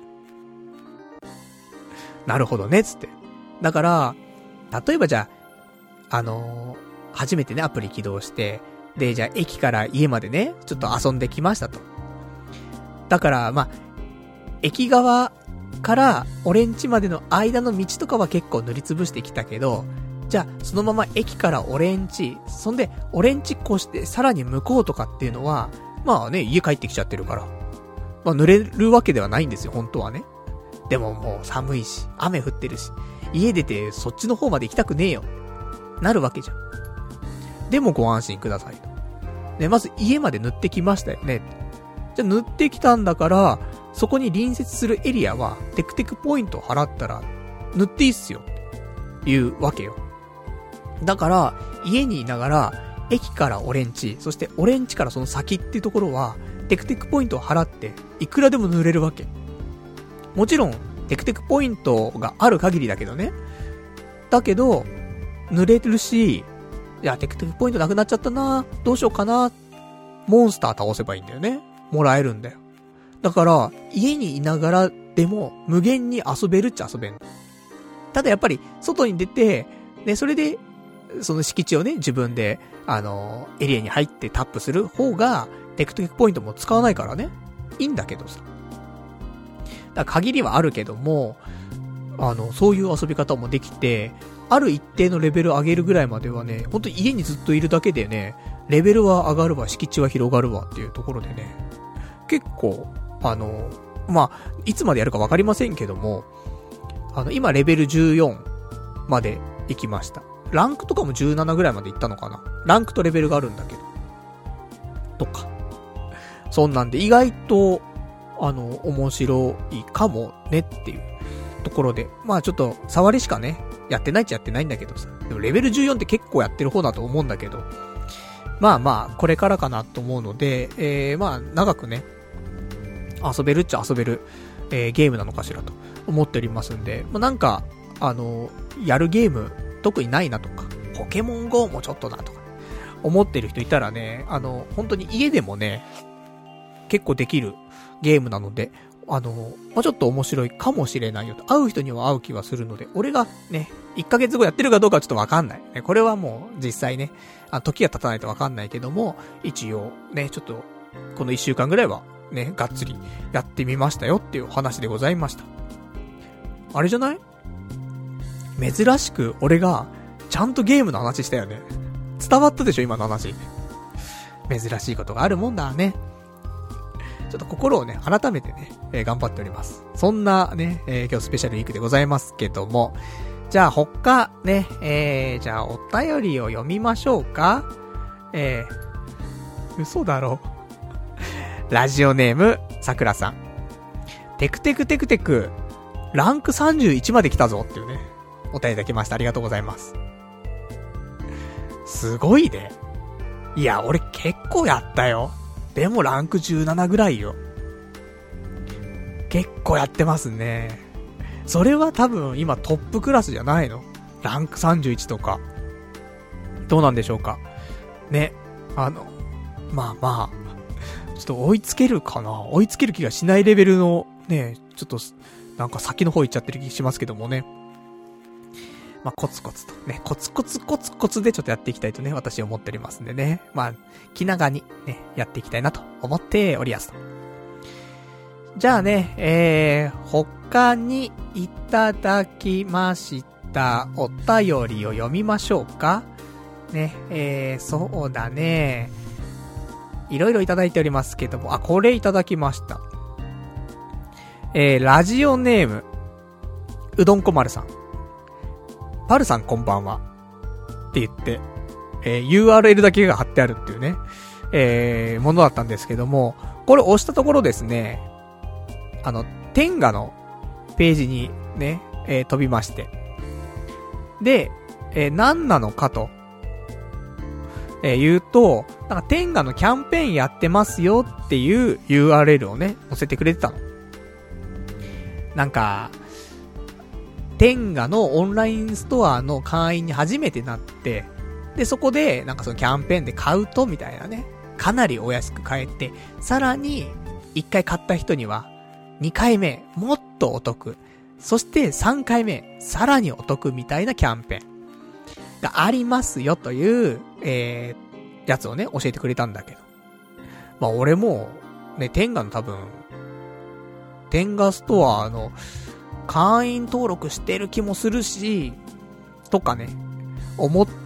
なるほどねつって。だから例えばじゃああのー、初めてねアプリ起動して、でじゃあ駅から家までねちょっと遊んできましたと。だからまあ駅側から俺ん家までの間の道とかは結構塗りつぶしてきたけど、じゃあそのまま駅から俺ん家、そんで俺ん家越してさらに向こうとかっていうのはまあね家帰ってきちゃってるから、まあ濡れるわけではないんですよ本当はね。でももう寒いし雨降ってるし家出てそっちの方まで行きたくねえよなるわけじゃん。でもご安心くださいと。でまず家まで塗ってきましたよね。じゃあ塗ってきたんだから、そこに隣接するエリアはテクテクポイントを払ったら塗っていいっすよっていうわけよ。だから家にいながら駅からオレンジ、そしてオレンジからその先っていうところはテクテクポイントを払っていくらでも塗れるわけ。もちろんテクテクポイントがある限りだけどね。だけど塗れるし、いやテクテクポイントなくなっちゃったな、どうしようかな、モンスター倒せばいいんだよね。もらえるんだよ。だから家にいながらでも無限に遊べるっちゃ遊べん。ただやっぱり外に出てね、それでその敷地をね自分であのエリアに入ってタップする方がテクテクポイントも使わないからね、いいんだけどさ。だから限りはあるけども、あのそういう遊び方もできて、ある一定のレベル上げるぐらいまではね、ほんと家にずっといるだけでね、レベルは上がるわ、敷地は広がるわっていうところでね、結構あのまあいつまでやるかわかりませんけども、あの今レベルじゅうよんまで行きました。ランクとかもじゅうななぐらいまで行ったのかな。ランクとレベルがあるんだけどとか、そんなんで意外とあの面白いかもねっていうところで、まあちょっと触りしかねやってないっちゃやってないんだけどさ、でもレベルじゅうよんって結構やってる方だと思うんだけど、まあまあこれからかなと思うので、えー、まあ長くね遊べるっちゃ遊べる、えー、ゲームなのかしらと思っておりますんで、まあ、なんかあのやるゲーム特にないなとか、ポケモン ゴー もちょっとなとか思ってる人いたらね、あの本当に家でもね結構できるゲームなので、あのまあ、ちょっと面白いかもしれないよと。会う人には会う気はするので、俺がねいっかげつごやってるかどうかはちょっとわかんない、ね、これはもう実際ねあ時が経たないとわかんないけども、一応ねちょっとこのいっしゅうかんぐらいはねがっつりやってみましたよっていう話でございました。あれじゃない？珍しく俺がちゃんとゲームの話したよね。伝わったでしょ今の話。珍しいことがあるもんだね。ちょっと心をね改めてね、えー、頑張っております。そんなね、えー、今日スペシャルウィークでございますけども、じゃあ他ね、えー、じゃあお便りを読みましょうか。えー、嘘だろ。ラジオネームさくらさん。テクテクテクテクランクさんじゅういちまで来たぞっていうねお便りいただきました。ありがとうございます。すごいね。いや俺結構やったよ。でもランクじゅうななぐらいよ。結構やってますね。それは多分今トップクラスじゃないの？ランクさんじゅういちとか。どうなんでしょうかね。あのまあまあちょっと追いつけるかな、追いつける気がしないレベルのね、ちょっとなんか先の方行っちゃってる気しますけどもね。まあコツコツとね、コツコツコツコツでちょっとやっていきたいとね私は思っておりますんでね、まあ気長にねやっていきたいなと思っておりやすと。じゃあね、えー、他にいただきましたお便りを読みましょうかね。えー、そうだね、いろいろいただいておりますけども、あ、これいただきました。えー、ラジオネームうどんこ丸さん。パルさんこんばんはって言って、えー、ユーアールエル だけが貼ってあるっていうね、えー、ものだったんですけども、これ押したところですね、あの天下のページにね、えー、飛びまして、で、えー、何なのかと、 えー、言うと、なんか天下のキャンペーンやってますよっていう ユーアールエル をね、載せてくれてたの。なんか、天下のオンラインストアの会員に初めてなって、で、そこで、なんかそのキャンペーンで買うとみたいなね、かなりお安く買えて、さらに、いっかい買った人には、にかいめ、もっとお得。そしてさんかいめ、さらにお得みたいなキャンペーンがありますよという、えー、やつをね、教えてくれたんだけど。まあ俺も、ね、天下の多分、天下ストアの会員登録してる気もするし、とかね、思って、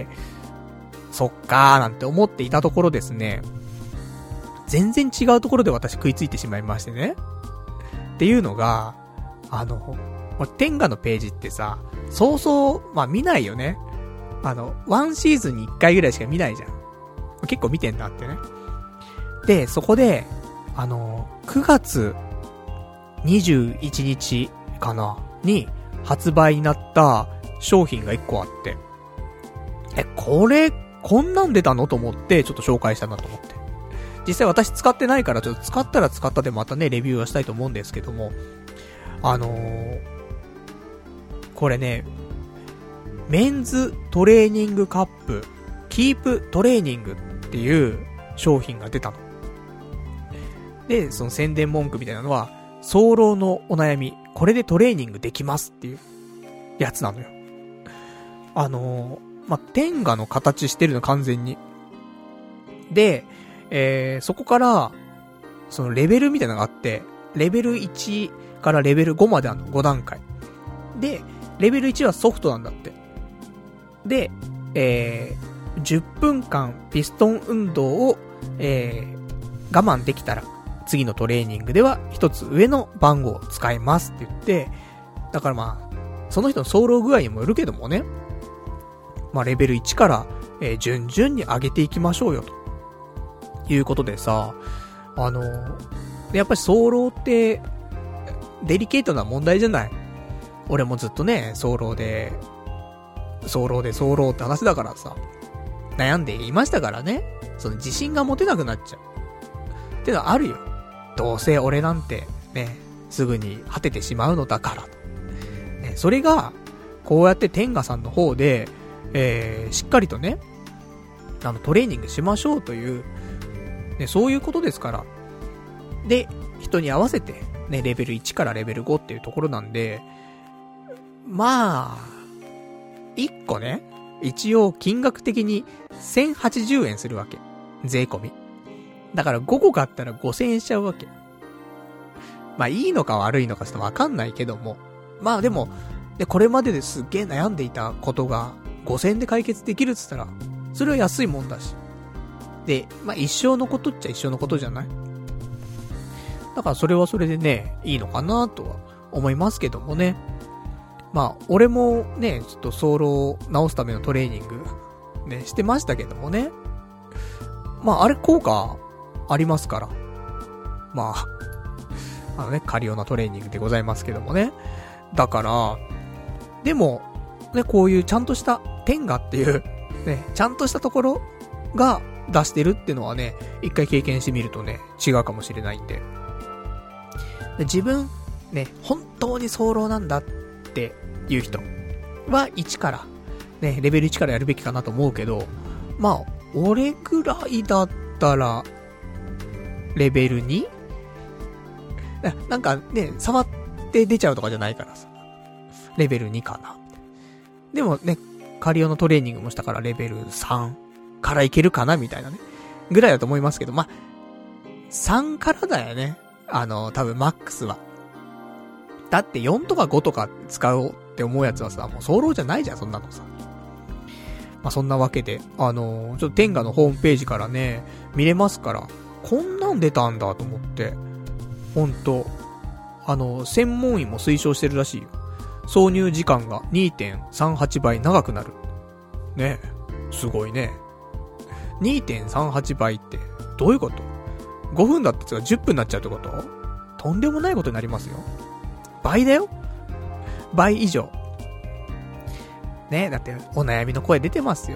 そっかーなんて思っていたところですね、全然違うところで私食いついてしまいましてね。っていうのが、あの、天下のページってさ、そうそう、まあ見ないよね。あの、ワンシーズンにいっかいぐらいしか見ないじゃん。結構見てんだってね。で、そこで、あの、くがつにじゅういちにちかなに発売になった商品がいっこあって、え、これ、こんなん出たのと思って、ちょっと紹介したなと思って。実際私使ってないから、ちょっと使ったら使ったでまたね、レビューはしたいと思うんですけども、あのー、これね、メンズトレーニングカップ、キープトレーニングっていう商品が出たの。で、その宣伝文句みたいなのは、早漏のお悩み、これでトレーニングできますっていうやつなのよ。あのー、まあ、天下の形してるの完全に。で、えー、そこから、そのレベルみたいなのがあって、レベルいちからレベルごまであるの、ごだんかい。で、レベルいちはソフトなんだって。で、えー、じゅっぷんかんピストン運動を、えー、我慢できたら、次のトレーニングでは一つ上の番号を使いますって言って、だからまあ、その人の走路具合にもよるけどもね、まあレベルいちから、えー、順々に上げていきましょうよということでさ、あのー、やっぱり走路ってデリケートな問題じゃない。俺もずっとね、走路で走路で走路って話だからさ、悩んでいましたからね。その自信が持てなくなっちゃうってのはあるよ。どうせ俺なんてね、すぐに果ててしまうのだからと、ね、それがこうやって天下さんの方で、えー、しっかりとね、あのトレーニングしましょうという、ね、そういうことですから。で、人に合わせてね、レベルいちからレベルごっていうところなんで、まあいっこね、一応金額的にせんはちじゅうえんするわけ。税込み。だからごこ買ったらごせんえんしちゃうわけ。まあいいのか悪いのかちょっとわかんないけども。まあでも、で、これまでですっげえ悩んでいたことがごせんえんで解決できるっつったら、それは安いもんだし。で、まあ一生のことっちゃ一生のことじゃない？だからそれはそれでね、いいのかなとは思いますけどもね。まあ、俺もね、ちょっと走路を直すためのトレーニング、ね、してましたけどもね。まあ、あれ効果ありますから。まあ、あのね、カリオナトレーニングでございますけどもね。だから、でも、ね、こういうちゃんとした天下っていう、ね、ちゃんとしたところが出してるっていうのはね、一回経験してみるとね、違うかもしれないんで。で自分、ね、本当に走路なんだっていう人はいちからね、レベルいちからやるべきかなと思うけど、まあ俺ぐらいだったらレベル に？ な, なんかね、触って出ちゃうとかじゃないからさ、レベルにかな。でもね、カリオのトレーニングもしたからレベルさんからいけるかなみたいなねぐらいだと思いますけど、まあさんからだよね、あの多分マックスは。だってよんとかごとか使おうって思うやつはさ、もう走路じゃないじゃん、そんなのさ。まあそんなわけで、あのー、ちょっと天下のホームページからね、見れますから、こんなん出たんだと思って、ほんと、あのー、専門医も推奨してるらしいよ。挿入時間が にてんさんはち 倍長くなる。ねえ、すごいね。にてんさんはち 倍ってどういうこと？ ご 分だったらじゅっぷんになっちゃうってこと？とんでもないことになりますよ。倍だよ。倍以上。ね、だってお悩みの声出てますよ。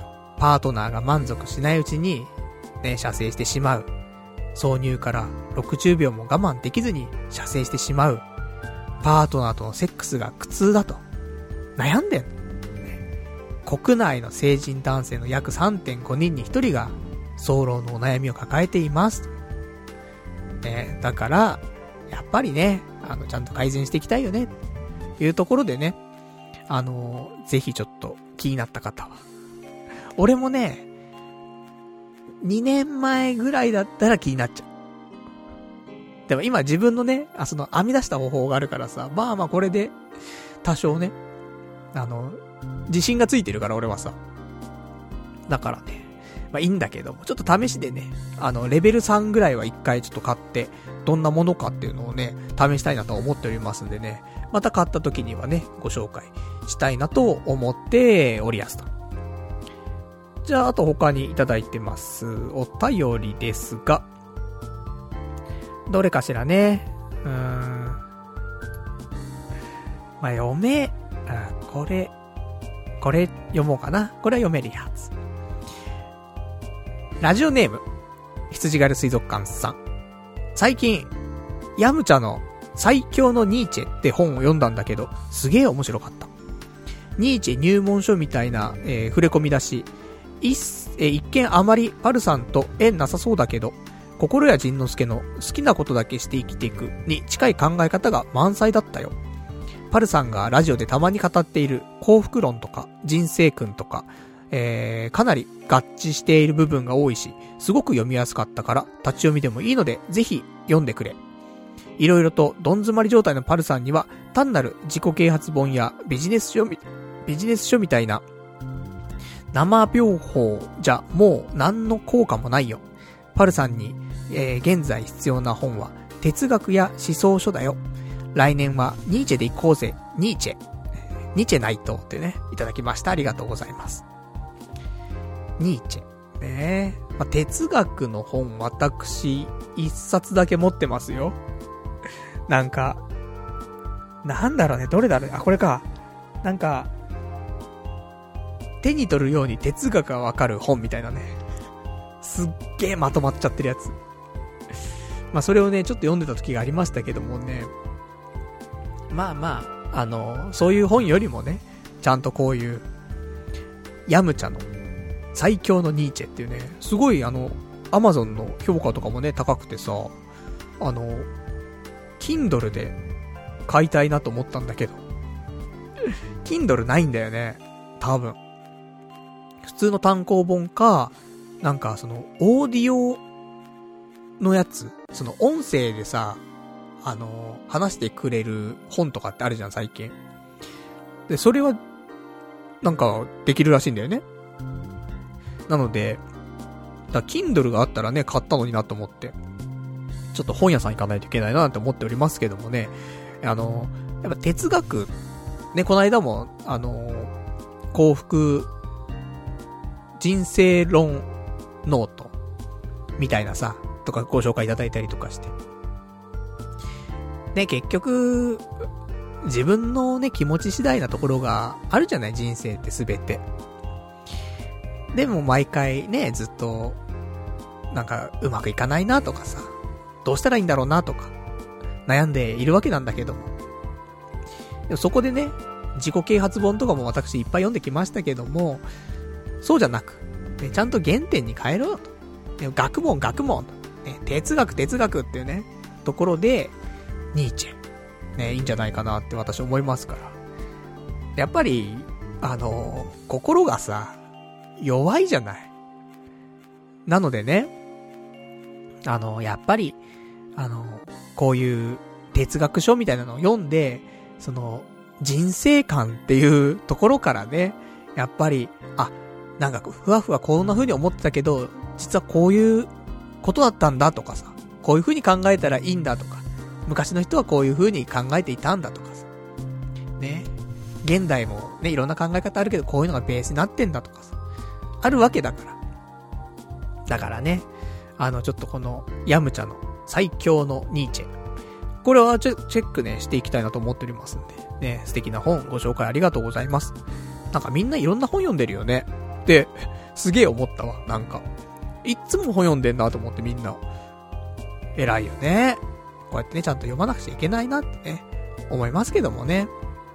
パートナーが満足しないうちに、ね、射精してしまう。挿入からろくじゅうびょうも我慢できずに射精してしまう。パートナーとのセックスが苦痛だと。悩んでんの、ね。国内の成人男性の約 さんてんごにんにひとりが、早漏のお悩みを抱えています。ね、だから、やっぱりね、あの、ちゃんと改善していきたいよね。というところでね、あの、ぜひちょっと気になった方は。俺もね、にねんまえぐらいだったら気になっちゃう。でも今自分のね、あ、その編み出した方法があるからさ、まあまあこれで、多少ね、あの、自信がついてるから俺はさ。だからね、まあいいんだけども、ちょっと試しでね、あの、レベルさんぐらいは一回ちょっと買って、どんなものかっていうのをね、試したいなと思っておりますんでね、また買った時にはね、ご紹介したいなと思っておりやすと。じゃあ、あと他にいただいてます。お便りですが、どれかしらね。うーん。まあ、読め、あ、これ、これ読もうかな。これは読めるやつ。ラジオネーム、羊狩る水族館さん。最近、ヤムチャの最強のニーチェって本を読んだんだけど、すげえ面白かった。ニーチェ入門書みたいな、えー、触れ込みだし、一, え一見あまりパルさんと縁なさそうだけど、心谷仁之助の好きなことだけして生きていくに近い考え方が満載だったよ。パルさんがラジオでたまに語っている幸福論とか人生訓とか、えー、かなり合致している部分が多いし、すごく読みやすかったから立ち読みでもいいのでぜひ読んでくれ。いろいろとどん詰まり状態のパルさんには単なる自己啓発本やビジネス書みビジネス書みたいな生病法じゃもう何の効果もないよ。パルさんに、えー、現在必要な本は哲学や思想書だよ。来年はニーチェで行こうぜ。ニーチェ。ニーチェ内藤ってね、いただきました。ありがとうございます。ニーチェ。ねえ。まあ、哲学の本私一冊だけ持ってますよ。なんか、なんだろうね、どれだろう。あ、これか。なんか、手に取るように哲学がわかる本みたいなね。すっげーまとまっちゃってるやつ。まあそれをね、ちょっと読んでた時がありましたけどもね。まあまあ、あの、そういう本よりもね、ちゃんとこういう、ヤムチャの最強のニーチェっていうね、すごいあの、アマゾンの評価とかもね、高くてさ、あの、Kindle で買いたいなと思ったんだけど、Kindle ないんだよね、多分。普通の単行本か、なんかその、オーディオのやつ、その音声でさ、あの、話してくれる本とかってあるじゃん、最近。で、それは、なんか、できるらしいんだよね。なので、だ Kindle があったらね、買ったのになと思って、ちょっと本屋さん行かないといけないななんて思っておりますけどもね、あの、やっぱ哲学、ね、この間も、あの、幸福、人生論ノート、みたいなさ、とかご紹介いただいたりとかして。ね、結局、自分のね、気持ち次第なところがあるじゃない、人生ってすべて。でも毎回ね、ずっと、なんかうまくいかないなとかさ、どうしたらいいんだろうなとか、悩んでいるわけなんだけども。でもそこでね、自己啓発本とかも私いっぱい読んできましたけども、そうじゃなく、ね、ちゃんと原点に変えろよと。ね、学問学問、ね、哲学哲学っていうね、ところで、ニーチェ、ね、いいんじゃないかなって私思いますから。やっぱり、あの、心がさ、弱いじゃない。なのでね、あの、やっぱり、あの、こういう哲学書みたいなのを読んで、その、人生観っていうところからね、やっぱり、あ、なんかふわふわこんな風に思ってたけど、実はこういうことだったんだとかさ、こういう風に考えたらいいんだとか、昔の人はこういう風に考えていたんだとかさ、ね、現代もね、いろんな考え方あるけど、こういうのがベースになってんだとかさ、あるわけだから。だからね、あの、ちょっとこの、ヤムチャの最強のニーチェ。これはチェックね、していきたいなと思っておりますんで、ね、素敵な本ご紹介ありがとうございます。なんかみんないろんな本読んでるよね。で、 すげえ思ったわ、なんか。いっつも本読んでんなと思ってみんな。偉いよね。こうやってね、ちゃんと読まなくちゃいけないなってね、思いますけどもね。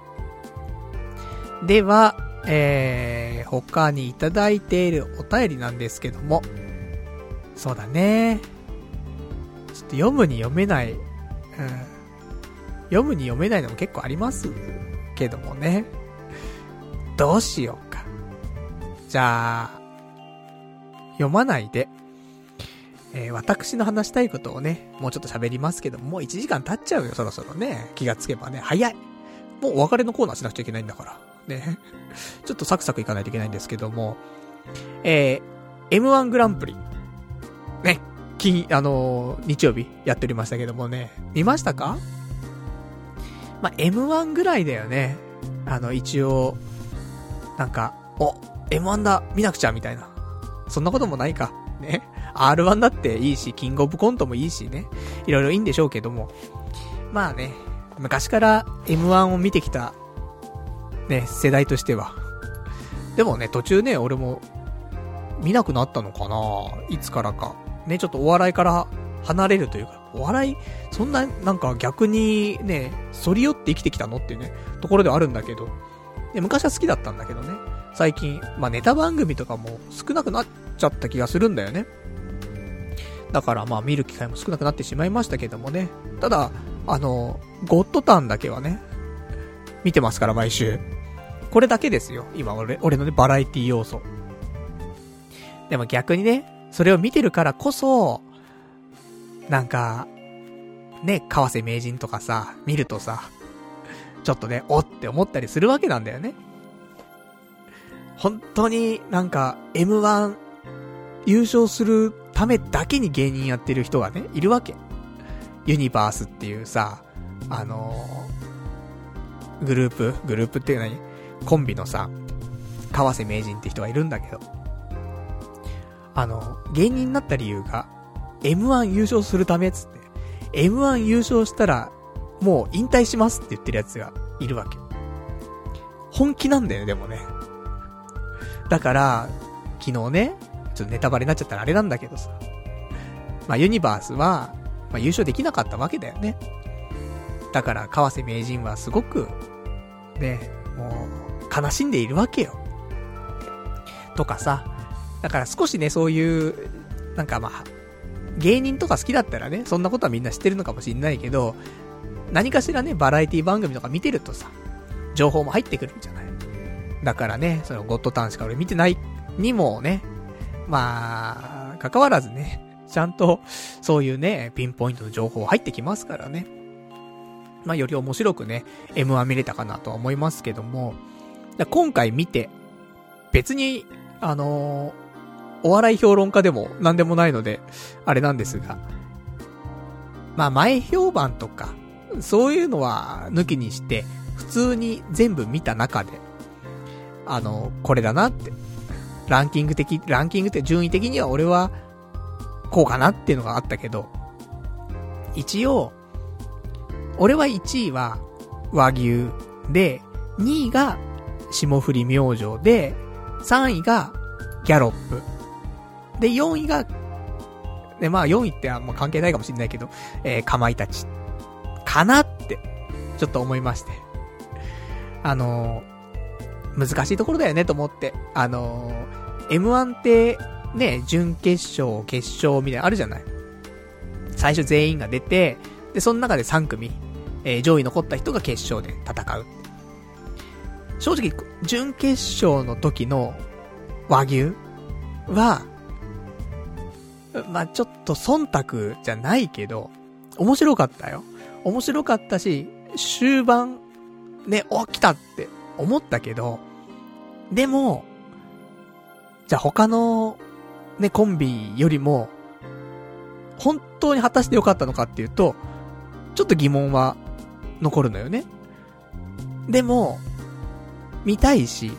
では、えー、他にいただいているお便りなんですけども。そうだね。ちょっと読むに読めない、うん。読むに読めないのも結構ありますけどもね。どうしようか。じゃあ、読まないで、えー、私の話したいことをね、もうちょっと喋りますけども、もういちじかん経っちゃうよ、そろそろね。気がつけばね。早い。もうお別れのコーナーしなくちゃいけないんだから。ね。ちょっとサクサクいかないといけないんですけども、えー、エムワン グランプリ。ね。金、あのー、日曜日やっておりましたけどもね。見ましたか？まあ、エムワン ぐらいだよね。あの、一応、なんか、お、エムワン だ、見なくちゃ、みたいな。そんなこともないか。ね。アールワン だっていいし、キングオブコントもいいしね。いろいろいいんでしょうけども。まあね、昔から エムワン を見てきた、ね、世代としては。でもね、途中ね、俺も、見なくなったのかないつからか。ね、ちょっとお笑いから離れるというか、お笑い、そんな、なんか逆にね、反り寄って生きてきたのっていうね、ところではあるんだけど。で、昔は好きだったんだけどね。最近、まあネタ番組とかも少なくなっちゃった気がするんだよね。だからまあ見る機会も少なくなってしまいましたけどもね。ただ、あの、ゴッドタンだけはね、見てますから毎週。これだけですよ。今俺、俺のね、バラエティ要素。でも逆にね、それを見てるからこそ、なんか、ね、川瀬名人とかさ、見るとさ、ちょっとね、おって思ったりするわけなんだよね。本当になんか エムワン 優勝するためだけに芸人やってる人がね、いるわけ。ユニバースっていうさ、あのー、グループ、グループっていう何？コンビのさ、川瀬名人って人がいるんだけど、あの、芸人になった理由が エムワン 優勝するためっつって、エムワン 優勝したらもう引退しますって言ってるやつがいるわけ。本気なんだよね、でもね。だから、昨日ね、ちょっとネタバレになっちゃったらあれなんだけどさ。まあ、ユニバースは、まあ、優勝できなかったわけだよね。だから、川瀬名人はすごく、ね、もう、悲しんでいるわけよ。とかさ。だから少しね、そういう、なんかまあ、芸人とか好きだったらね、そんなことはみんな知ってるのかもしれないけど、何かしらね、バラエティ番組とか見てるとさ、情報も入ってくるんじゃない。だからね、そのゴッドタンしか俺見てないにもね、まあ、関わらずね、ちゃんとそういうね、ピンポイントの情報入ってきますからね。まあより面白くね、エムワン 見れたかなとは思いますけども、今回見て、別に、あのー、お笑い評論家でも何でもないので、あれなんですが、まあ前評判とか、そういうのは抜きにして、普通に全部見た中で、あの、これだなって。ランキング的、ランキングって順位的には俺は、こうかなっていうのがあったけど、一応、俺はいちいは和牛で、にいが霜降り明星で、さんいがギャロップ。で、よんいが、で、まあよんいってあんま関係ないかもしれないけど、えー、かまいたち。かなって、ちょっと思いまして。あのー、難しいところだよねと思って。あのー、エムワン って、ね、準決勝、決勝みたいなのあるじゃない。最初全員が出て、で、その中でさん組、えー、上位残った人が決勝で戦う。正直、準決勝の時の和牛は、まあ、ちょっと忖度じゃないけど、面白かったよ。面白かったし、終盤、ね、お、来たって思ったけど、でも、じゃあ他の、ね、コンビよりも、本当に果たして良かったのかっていうと、ちょっと疑問は残るのよね。でも、見たいし、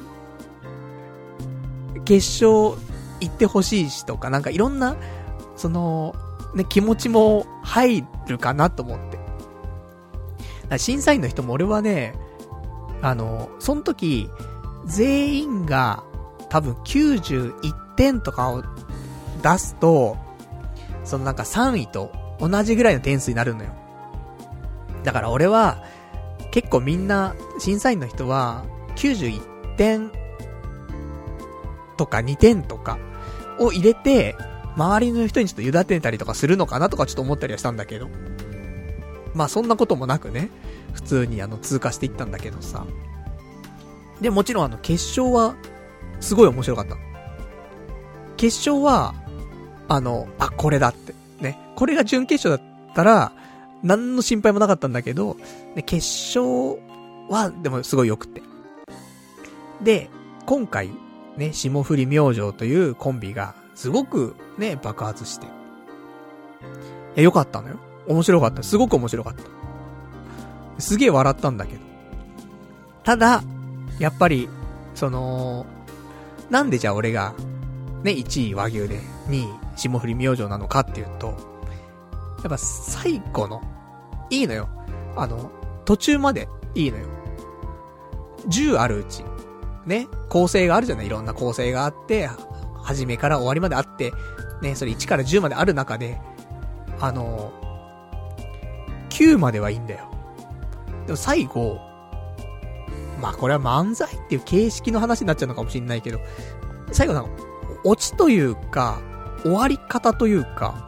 決勝行ってほしいしとか、なんかいろんな、その、ね、気持ちも入るかなと思って。だから審査員の人も俺はね、あの、その時、全員が多分きゅうじゅういってんとかを出すと、そのなんかさんいと同じぐらいの点数になるのよ。だから俺は、結構みんな、審査員の人は、きゅうじゅういってんとかにてんとかを入れて、周りの人にちょっと委ねたりとかするのかなとかちょっと思ったりはしたんだけど。まあそんなこともなくね、普通にあの通過していったんだけどさ。で、もちろんあの決勝は、すごい面白かった。決勝は、あの、あ、これだって。ね。これが準決勝だったら、何の心配もなかったんだけど、で決勝は、でもすごい良くて。で、今回、ね、霜降り明星というコンビが、すごくね、爆発して。いや、良かったのよ。面白かった。すごく面白かった。すげえ笑ったんだけど。ただ、やっぱり、その、なんでじゃあ俺が、ね、いちい和牛で、にい霜降り明星なのかっていうと、やっぱ最後の、いいのよ。あの、途中までいいのよ。じゅうあるうち、ね、構成があるじゃない、いろんな構成があって、初めから終わりまであって、ね、それいちからじゅうまである中で、あの、きゅうまではいいんだよ。でも最後、まあこれは漫才っていう形式の話になっちゃうのかもしれないけど、最後なんか、オチというか、終わり方というか、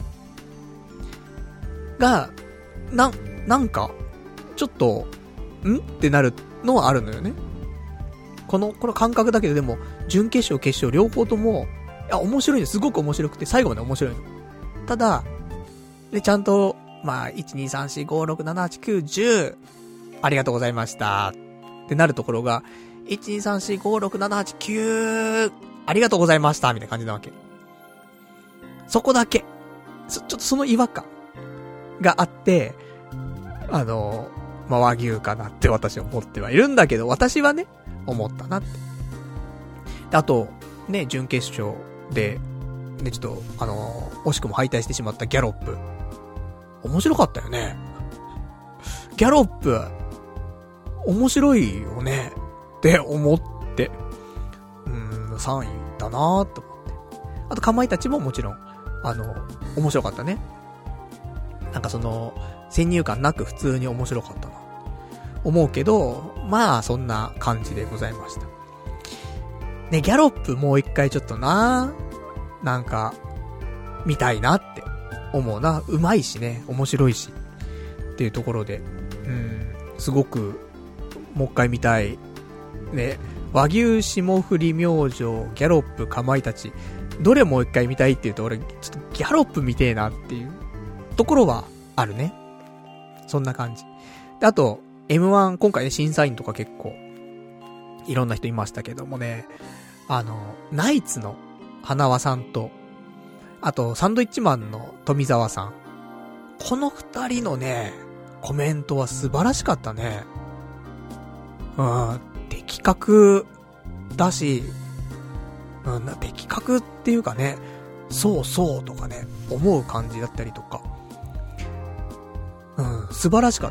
が、な、なんか、ちょっと、んってなるのはあるのよね。この、この感覚だけどでも、準決勝、決勝、両方とも、いや、面白いの、すごく面白くて、最後まで面白いの。ただ、で、ちゃんと、まあ、いち、に、さん、し、ご、ろく、なな、はち、きゅう、じゅう、ありがとうございました。ってなるところが、いち、に、さん、し、ご、ろく、なな、はち、きゅう、ありがとうございました。みたいな感じなわけ。そこだけ。ちょ、ちょっとその違和感があって、あの、まあ、和牛かなって私は思ってはいるんだけど、私はね、思ったなって。であと、ね、準決勝で、ね、ちょっと、あのー、惜しくも敗退してしまったギャロップ。面白かったよね。ギャロップ、面白いよね。って思って、うーん、さんいだなーって思って。あと、かまいたちももちろん、あの、面白かったね。なんかその、先入観なく普通に面白かったな。思うけど、まあ、そんな感じでございました。ね、ギャロップもう一回ちょっとな、なんか、見たいなって思うな。うまいしね、面白いし。っていうところで、うん、すごく、もう一回見たい。ね、和牛、霜降り明星、ギャロップ、かまいたち。どれもう一回見たいっていうと、俺、ちょっとギャロップ見てえなっていうところはあるね。そんな感じ。で、あと、エムワン、今回ね、審査員とか結構、いろんな人いましたけどもね、あの、ナイツの花輪さんと、あと、サンドイッチマンの富澤さん。この二人のね、コメントは素晴らしかったね。うん、的確だし、うん、的確っていうかね、そうそうとかね、思う感じだったりとか。うん、素晴らしかった。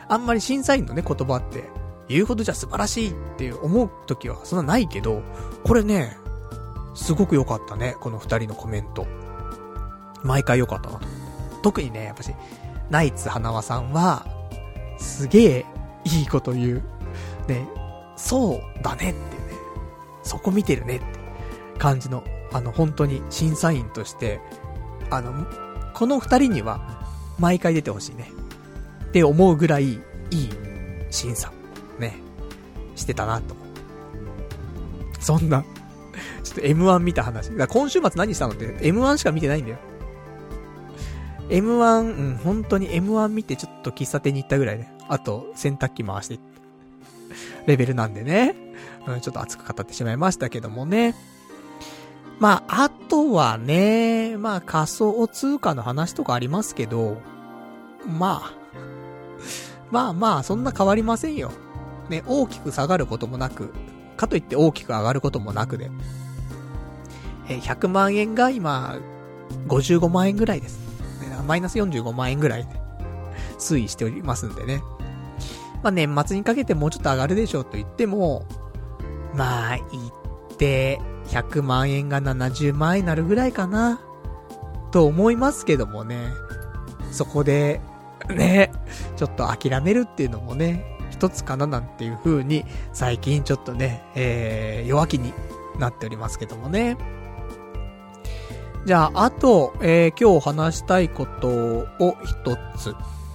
あんまり審査員のね、言葉って、言うほどじゃ素晴らしいって思う時はそんなないけど、これね、すごく良かったね、この二人のコメント。毎回良かったなと。特にね、やっぱし、ナイツ花輪さんは、すげえいいこと言う。ね、そうだねってね、そこ見てるねって感じの、あの、本当に審査員として、あの、この二人には、毎回出てほしいね。って思うぐらい、いい審査、ね、してたなと。そんな、ちょっと エムワン 見た話。だから今週末何したのって、エムワン しか見てないんだよ。エムワン、うん、本当に エムワン 見てちょっと喫茶店に行ったぐらいね。あと、洗濯機回して、レベルなんでね。うん、ちょっと熱く語ってしまいましたけどもね。まあ、あとはね、まあ仮想通貨の話とかありますけど、まあ、まあまあ、そんな変わりませんよ。ね、大きく下がることもなく、かといって大きく上がることもなくで。え、ひゃくまんえんが今、ごじゅうごまんえんぐらいです。マイナスよんじゅうごまんえんぐらいで推移しておりますんでね。まあ年末にかけてもうちょっと上がるでしょうと言っても、まあ、言ってひゃくまんえんがななじゅうまんえんになるぐらいかなと思いますけどもね。そこでね、ちょっと諦めるっていうのもね、一つかななんていう風に最近ちょっとね、えー、弱気になっておりますけどもね。じゃあ、あと、えー、今日話したいことを一つ。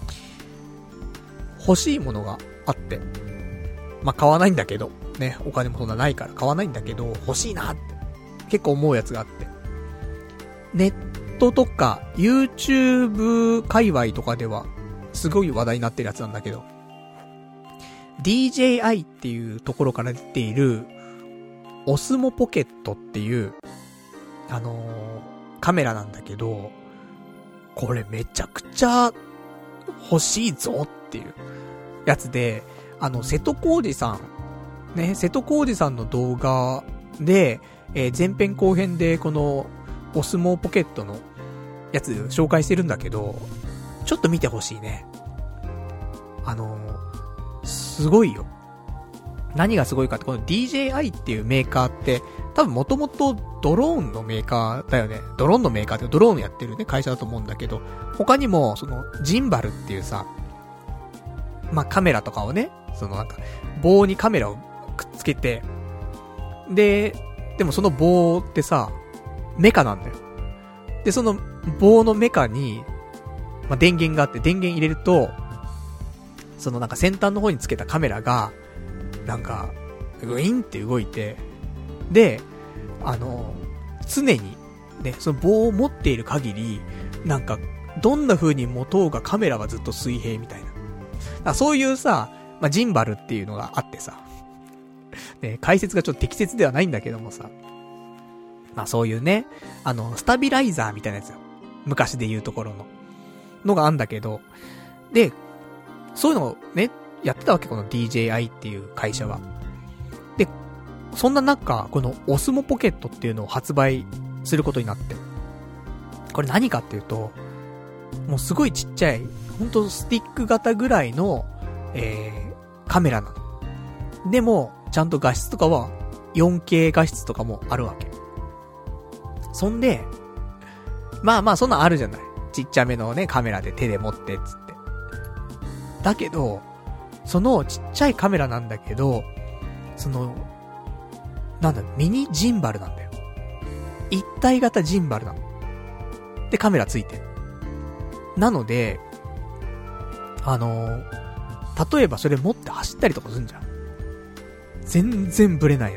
欲しいものがあって。まあ、買わないんだけど、ね、お金もそんなないから買わないんだけど、欲しいなって、結構思うやつがあって。ネットとか、YouTube 界隈とかでは、すごい話題になってるやつなんだけど、ディージェーアイ っていうところから出ている、オスモポケットっていう、あのー、カメラなんだけど、これめちゃくちゃ欲しいぞっていうやつで、あの、瀬戸康史さん、ね、瀬戸康史さんの動画で、えー、前編後編でこのオスモポケットのやつ紹介してるんだけど、ちょっと見てほしいね。あのー、すごいよ。何がすごいかって、この ディージェーアイ っていうメーカーって、多分もともとドローンのメーカーだよね。ドローンのメーカーってドローンやってるね、会社だと思うんだけど、他にも、その、ジンバルっていうさ、まあ、カメラとかをね、そのなんか、棒にカメラをくっつけて、で、でもその棒ってさ、メカなんだよ。で、その棒のメカに、まあ、電源があって、電源入れると、そのなんか先端の方につけたカメラが、なんか、グイーンって動いて、で、あの、常に、ね、その棒を持っている限り、なんか、どんな風に持とうがカメラはずっと水平みたいな。だからそういうさ、まあ、ジンバルっていうのがあってさ、ね、解説がちょっと適切ではないんだけどもさ、まあそういうね、あの、スタビライザーみたいなやつよ。昔で言うところの。のがあんだけど、で、そういうのをね、やってたわけ、この ディージェーアイ っていう会社は。で、そんな中、このオスモポケットっていうのを発売することになって。これ何かっていうと、もうすごいちっちゃい、ほんとスティック型ぐらいの、えー、カメラなの。でも、ちゃんと画質とかは よんケー 画質とかもあるわけ。そんで、まあまあそんなんあるじゃない。ちっちゃめのね、カメラで手で持ってっつって。だけど、そのちっちゃいカメラなんだけど、その、なんだ、ミニジンバルなんだよ。一体型ジンバルなの。で、カメラついてる。なので、あのー、例えばそれ持って走ったりとかするんじゃん。全然ブレないよ。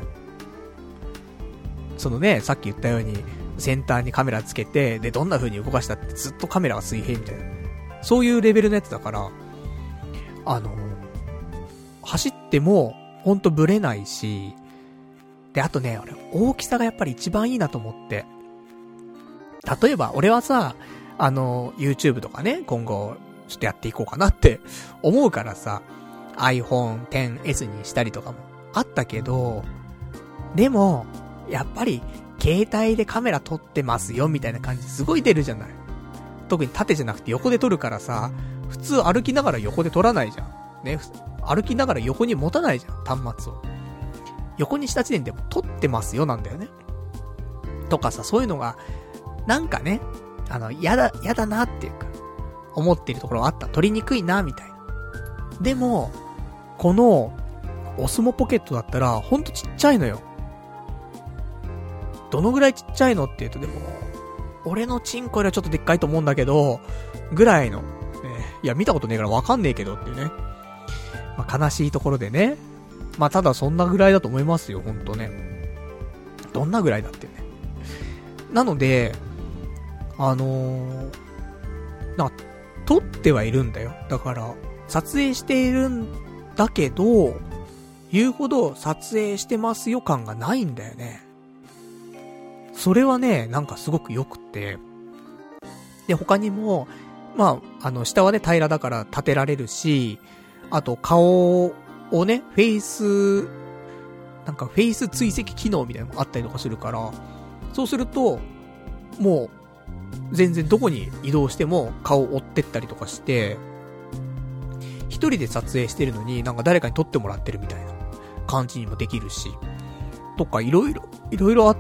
そのね、さっき言ったように、先端にカメラつけて、で、どんな風に動かしたってずっとカメラが水平みたいな。そういうレベルのやつだから、あのー、走っても、ほんとブレないし、で、あとね、俺、大きさがやっぱり一番いいなと思って。例えば、俺はさ、あの、YouTube とかね、今後、ちょっとやっていこうかなって思うからさ、アイフォンテンエス にしたりとかもあったけど、でも、やっぱり、携帯でカメラ撮ってますよ、みたいな感じすごい出るじゃない。特に縦じゃなくて横で撮るからさ、普通歩きながら横で撮らないじゃん。ね、歩きながら横に持たないじゃん、端末を。横にした時点でも撮ってますよなんだよね。とかさ、そういうのが、なんかね、あの、やだ、やだなっていうか、思っているところがあった。撮りにくいな、みたいな。でも、この、オスモポケットだったら、ほんとちっちゃいのよ。どのぐらいちっちゃいのって言うと、でも、俺のチンコよりはちょっとでっかいと思うんだけど、ぐらいの。ね、いや、見たことねえからわかんねえけどっていうね。まあ、悲しいところでね。まあ、ただそんなぐらいだと思いますよ、ほんとね。どんなぐらいだってね。なので、あのー、なんか、撮ってはいるんだよ。だから、撮影しているんだけど、言うほど撮影してますよ感がないんだよね。それはね、なんかすごく良くて。で、他にも、まあ、あの、下はね、平らだから立てられるし、あと、顔をね、フェイス、なんかフェイス追跡機能みたいなのもあったりとかするから、そうすると、もう、全然どこに移動しても顔を追ってったりとかして、一人で撮影してるのになんか誰かに撮ってもらってるみたいな感じにもできるし、とかいろいろいろいろあって、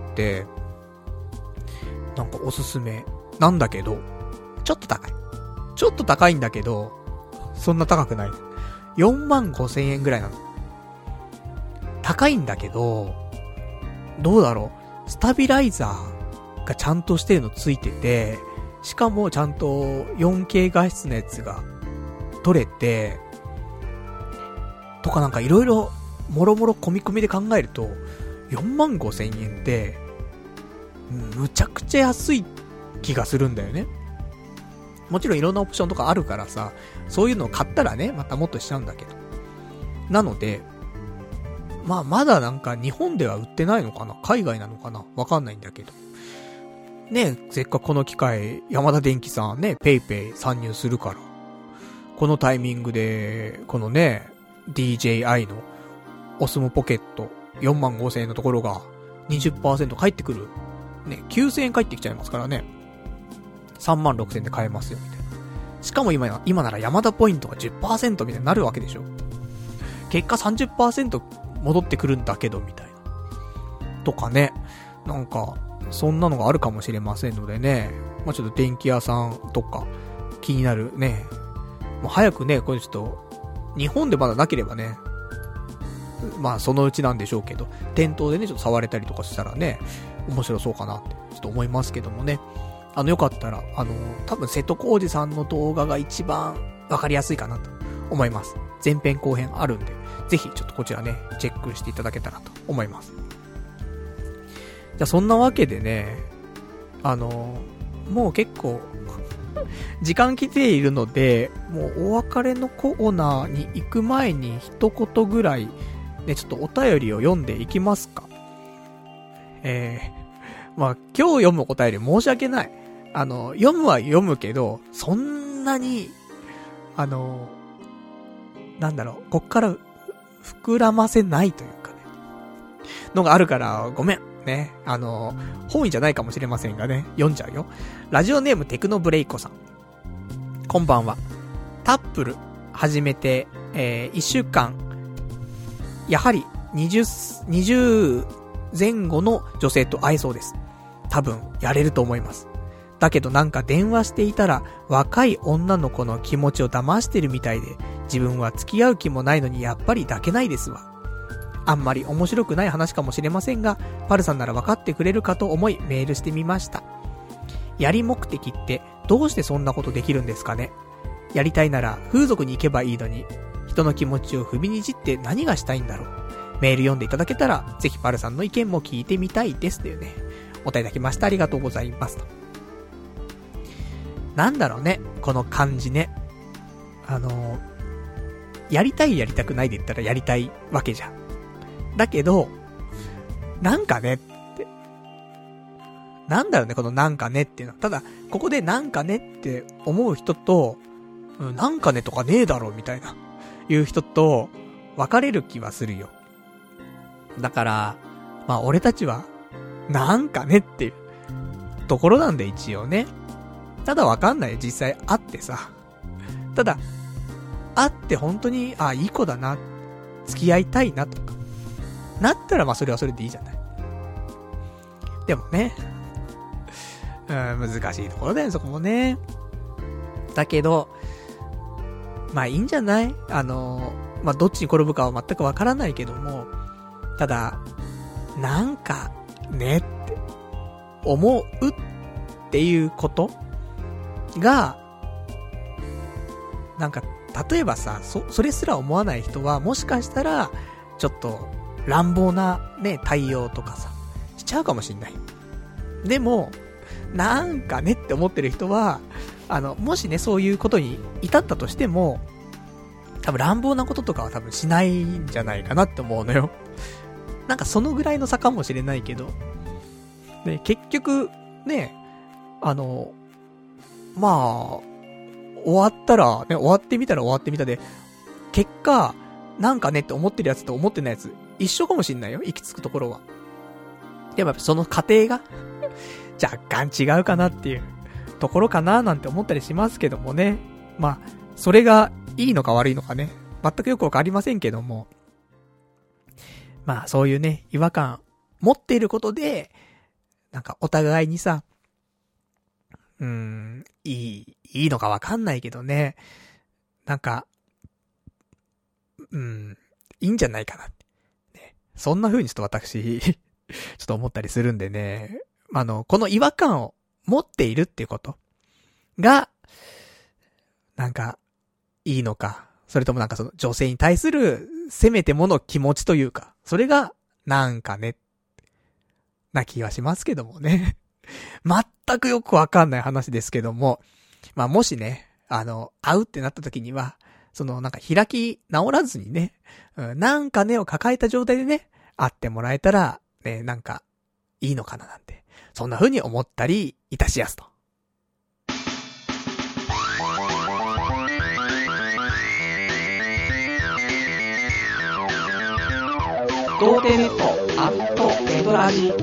なんかおすすめなんだけど、ちょっと高い。ちょっと高いんだけど、そんな高くない。よんまんごせんえんぐらいなの。高いんだけど、どうだろう。スタビライザーがちゃんとしてるのついてて、しかもちゃんと よんケー 画質のやつが撮れて、とかなんかいろいろもろもろ込み込みで考えると、よんまんごせんえんって、むちゃくちゃ安い気がするんだよね。もちろんいろんなオプションとかあるからさ、そういうのを買ったらね、またもっとしちゃうんだけど。なので、まあまだなんか日本では売ってないのかな、海外なのかな、わかんないんだけど。ね、せっかくこの機会、ヤマダ電機さんね、ペイペイ参入するから、このタイミングで、このね、ディージェーアイ のオスモポケットよんまんごせんえんのところが にじゅっパーセント 返ってくる。ね、きゅうせんえん返ってきちゃいますからね。さんまんろくせんえんで買えますよ、みたいな。しかも今、今ならヤマダポイントが じゅっパーセント みたいになるわけでしょ。結果 さんじゅっパーセント 戻ってくるんだけど、みたいな。とかね。なんか、そんなのがあるかもしれませんのでね。まあ、ちょっと電気屋さんとか、気になるね。もう早くね、これちょっと、日本でまだなければね、まあそのうちなんでしょうけど、店頭でね、ちょっと触れたりとかしたらね、面白そうかなって、ちょっと思いますけどもね。あの、よかったら、あの、多分瀬戸康史さんの動画が一番わかりやすいかなと思います。前編後編あるんで、ぜひちょっとこちらね、チェックしていただけたらと思います。じゃあそんなわけでね、あの、もう結構、時間来ているので、もうお別れのコーナーに行く前に一言ぐらい、ね、ちょっとお便りを読んでいきますか。えー、まあ今日読むお便り申し訳ない。あの、読むは読むけど、そんなに、あの、なんだろう、こっから膨らませないというかね、のがあるからごめん。ね、あの、本意じゃないかもしれませんがね、読んじゃうよ。ラジオネームテクノブレイコさん。こんばんは。タップル始めて、えー、いっしゅうかん、やはりにじゅう、にじゅうぜん後の女性と会えそうです。多分、やれると思います。だけどなんか電話していたら、若い女の子の気持ちを騙してるみたいで、自分は付き合う気もないのにやっぱり抱けないですわ。あんまり面白くない話かもしれませんが、パルさんなら分かってくれるかと思いメールしてみました。やり目的ってどうしてそんなことできるんですかね。やりたいなら風俗に行けばいいのに、人の気持ちを踏みにじって何がしたいんだろう。メール読んでいただけたら、ぜひパルさんの意見も聞いてみたいですというね、お答えいただきました。ありがとうございますと。なんだろうね、この感じね。あのー、やりたいやりたくないで言ったらやりたいわけじゃん。だけど、なんかねって。なんだろうね、このなんかねっていうのは。ただ、ここでなんかねって思う人と、うん、なんかねとかねえだろみたいな、いう人と、分かれる気はするよ。だから、まあ俺たちは、なんかねっていう、ところなんで一応ね。ただ分かんないよ、実際会ってさ。ただ、会って本当に、あ、いい子だな、付き合いたいなとか。なったらまあそれはそれでいいじゃない。でもね、うん、難しいところだよ、そこもね。だけど、まあいいんじゃない？あの、まあどっちに転ぶかは全くわからないけども、ただ、なんか、ねって、思うっていうことが、なんか、例えばさ、そ、それすら思わない人は、もしかしたら、ちょっと、乱暴なね、対応とかさ、しちゃうかもしんない。でも、なんかねって思ってる人は、あの、もしね、そういうことに至ったとしても、多分乱暴なこととかは多分しないんじゃないかなって思うのよ。なんかそのぐらいの差かもしれないけど、ね、結局、ね、あの、まあ、終わったら、ね、終わってみたら終わってみたで、結果、なんかねって思ってるやつと思ってないやつ、一緒かもしんないよ、行き着くところは。でもやっぱその過程が、若干違うかなっていうところかななんて思ったりしますけどもね。まあ、それがいいのか悪いのかね、全くよくわかりませんけども。まあそういうね、違和感持っていることで、なんかお互いにさ、うーん、いい、いいのかわかんないけどね。なんか、うん、いいんじゃないかなって。ね、そんな風にちょっと私、ちょっと思ったりするんでね。あの、この違和感を持っているっていうことが、なんか、いいのか。それともなんかその女性に対するせめてもの気持ちというか、それが、なんかね、な気がしますけどもね。全くよくわかんない話ですけども、まあもしね、あの、会うってなった時には、そのなんか開き直らずにね、うん、なんかねを抱えた状態でね、会ってもらえたら、ね、なんか、いいのかななんて、そんな風に思ったりいたしやすと。童貞ネットアットネトラジ。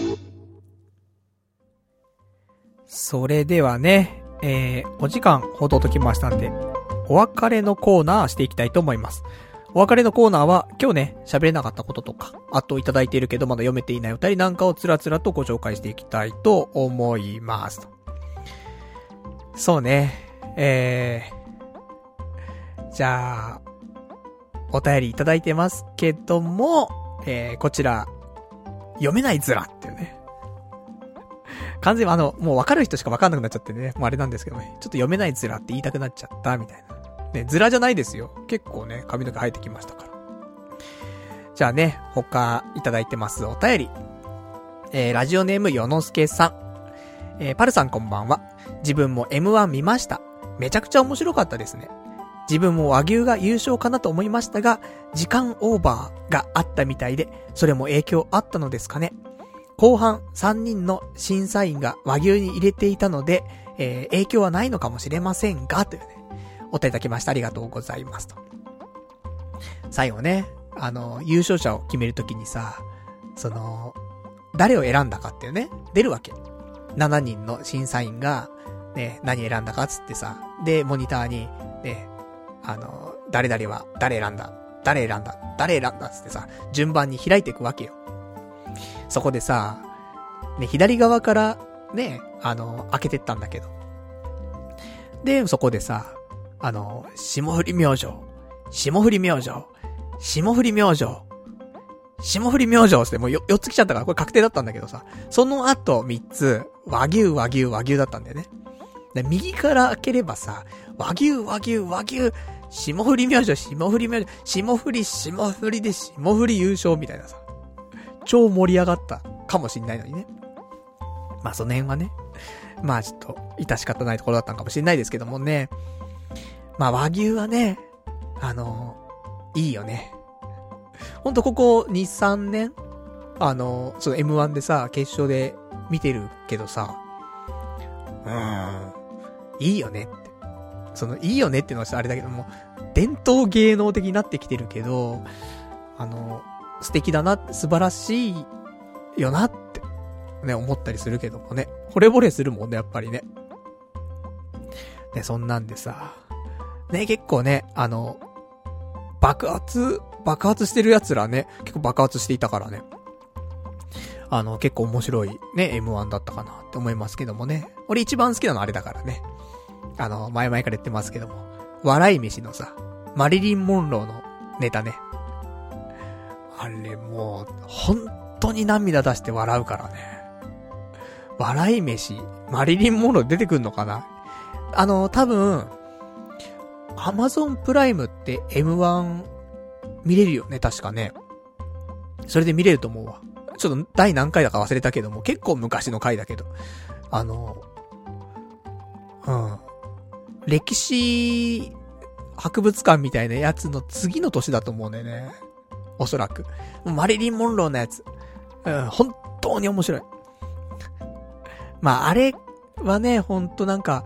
それではね、えー、お時間ほどときましたんで、お別れのコーナーしていきたいと思います。お別れのコーナーは今日ね、喋れなかったこととか、あといただいているけどまだ読めていないお便りなんかをつらつらとご紹介していきたいと思いますと。そうね、えー、じゃあ、お便りいただいてますけども、えー、こちら、読めないズラっていうね。完全にあの、もう分かる人しか分かんなくなっちゃってね、もうあれなんですけどね、ちょっと読めないズラって言いたくなっちゃったみたいな。ね、ズラじゃないですよ。結構ね、髪の毛生えてきましたから。じゃあね、他いただいてますお便り。えー、ラジオネームよのすけさん。えー、パルさんこんばんは。自分も エムワン 見ました。めちゃくちゃ面白かったですね。自分も和牛が優勝かなと思いましたが、時間オーバーがあったみたいで、それも影響あったのですかね。後半さんにんの審査員が和牛に入れていたので、えー、影響はないのかもしれませんが、というね、お手いただきました。ありがとうございますと。最後ね、あの、優勝者を決めるときにさ、その、誰を選んだかっていうね、出るわけ。しちにんの審査員が、ね、何選んだかつってさ、で、モニターに、ね、あの、誰々は誰選んだ、誰選んだ、誰選んだつってさ、順番に開いていくわけよ。そこでさ、ね、左側からね、あの、開けてったんだけど。で、そこでさ、あの、霜降り明星、霜降り明星、霜降り明星、霜降り明星ってもうよっつ来ちゃったから、これ確定だったんだけどさ、その後みっつ、和牛和牛和牛だったんだよね。で、右から開ければさ、和牛和牛和牛、霜降り明星、霜降り明星、霜降り霜降りで霜降り優勝みたいなさ、超盛り上がったかもしんないのにね。まあその辺はね、まあちょっと致し方ないところだったのかもしれないですけどもね。まあ和牛はね、あのー、いいよね。ほんとここに、さんねんあのー、その エムワン でさ、決勝で見てるけどさ、うーん、いいよねって。その、いいよねっていうのはあれだけども、伝統芸能的になってきてるけど、あの、素敵だな、素晴らしいよなって、ね、思ったりするけどもね。惚れ惚れするもんね、やっぱりね。ね、そんなんでさ、ね、結構ね、あの、爆発、爆発してる奴らね、結構爆発していたからね。あの、結構面白いね、エムワン だったかなって思いますけどもね。俺一番好きなのあれだからね。あの、前々から言ってますけども。笑い飯のさ、マリリン・モンローのネタね。あれもう、本当に涙出して笑うからね。笑い飯、マリリン・モンロー出てくんのかな？あの、多分、アマゾンプライムって エムワン 見れるよね、確かね。それで見れると思うわ。ちょっと第何回だか忘れたけども、結構昔の回だけど。あの、うん。歴史博物館みたいなやつの次の年だと思うんだよね。おそらく。マリリン・モンローのやつ。うん、本当に面白い。まあ、あれはね、ほんとなんか、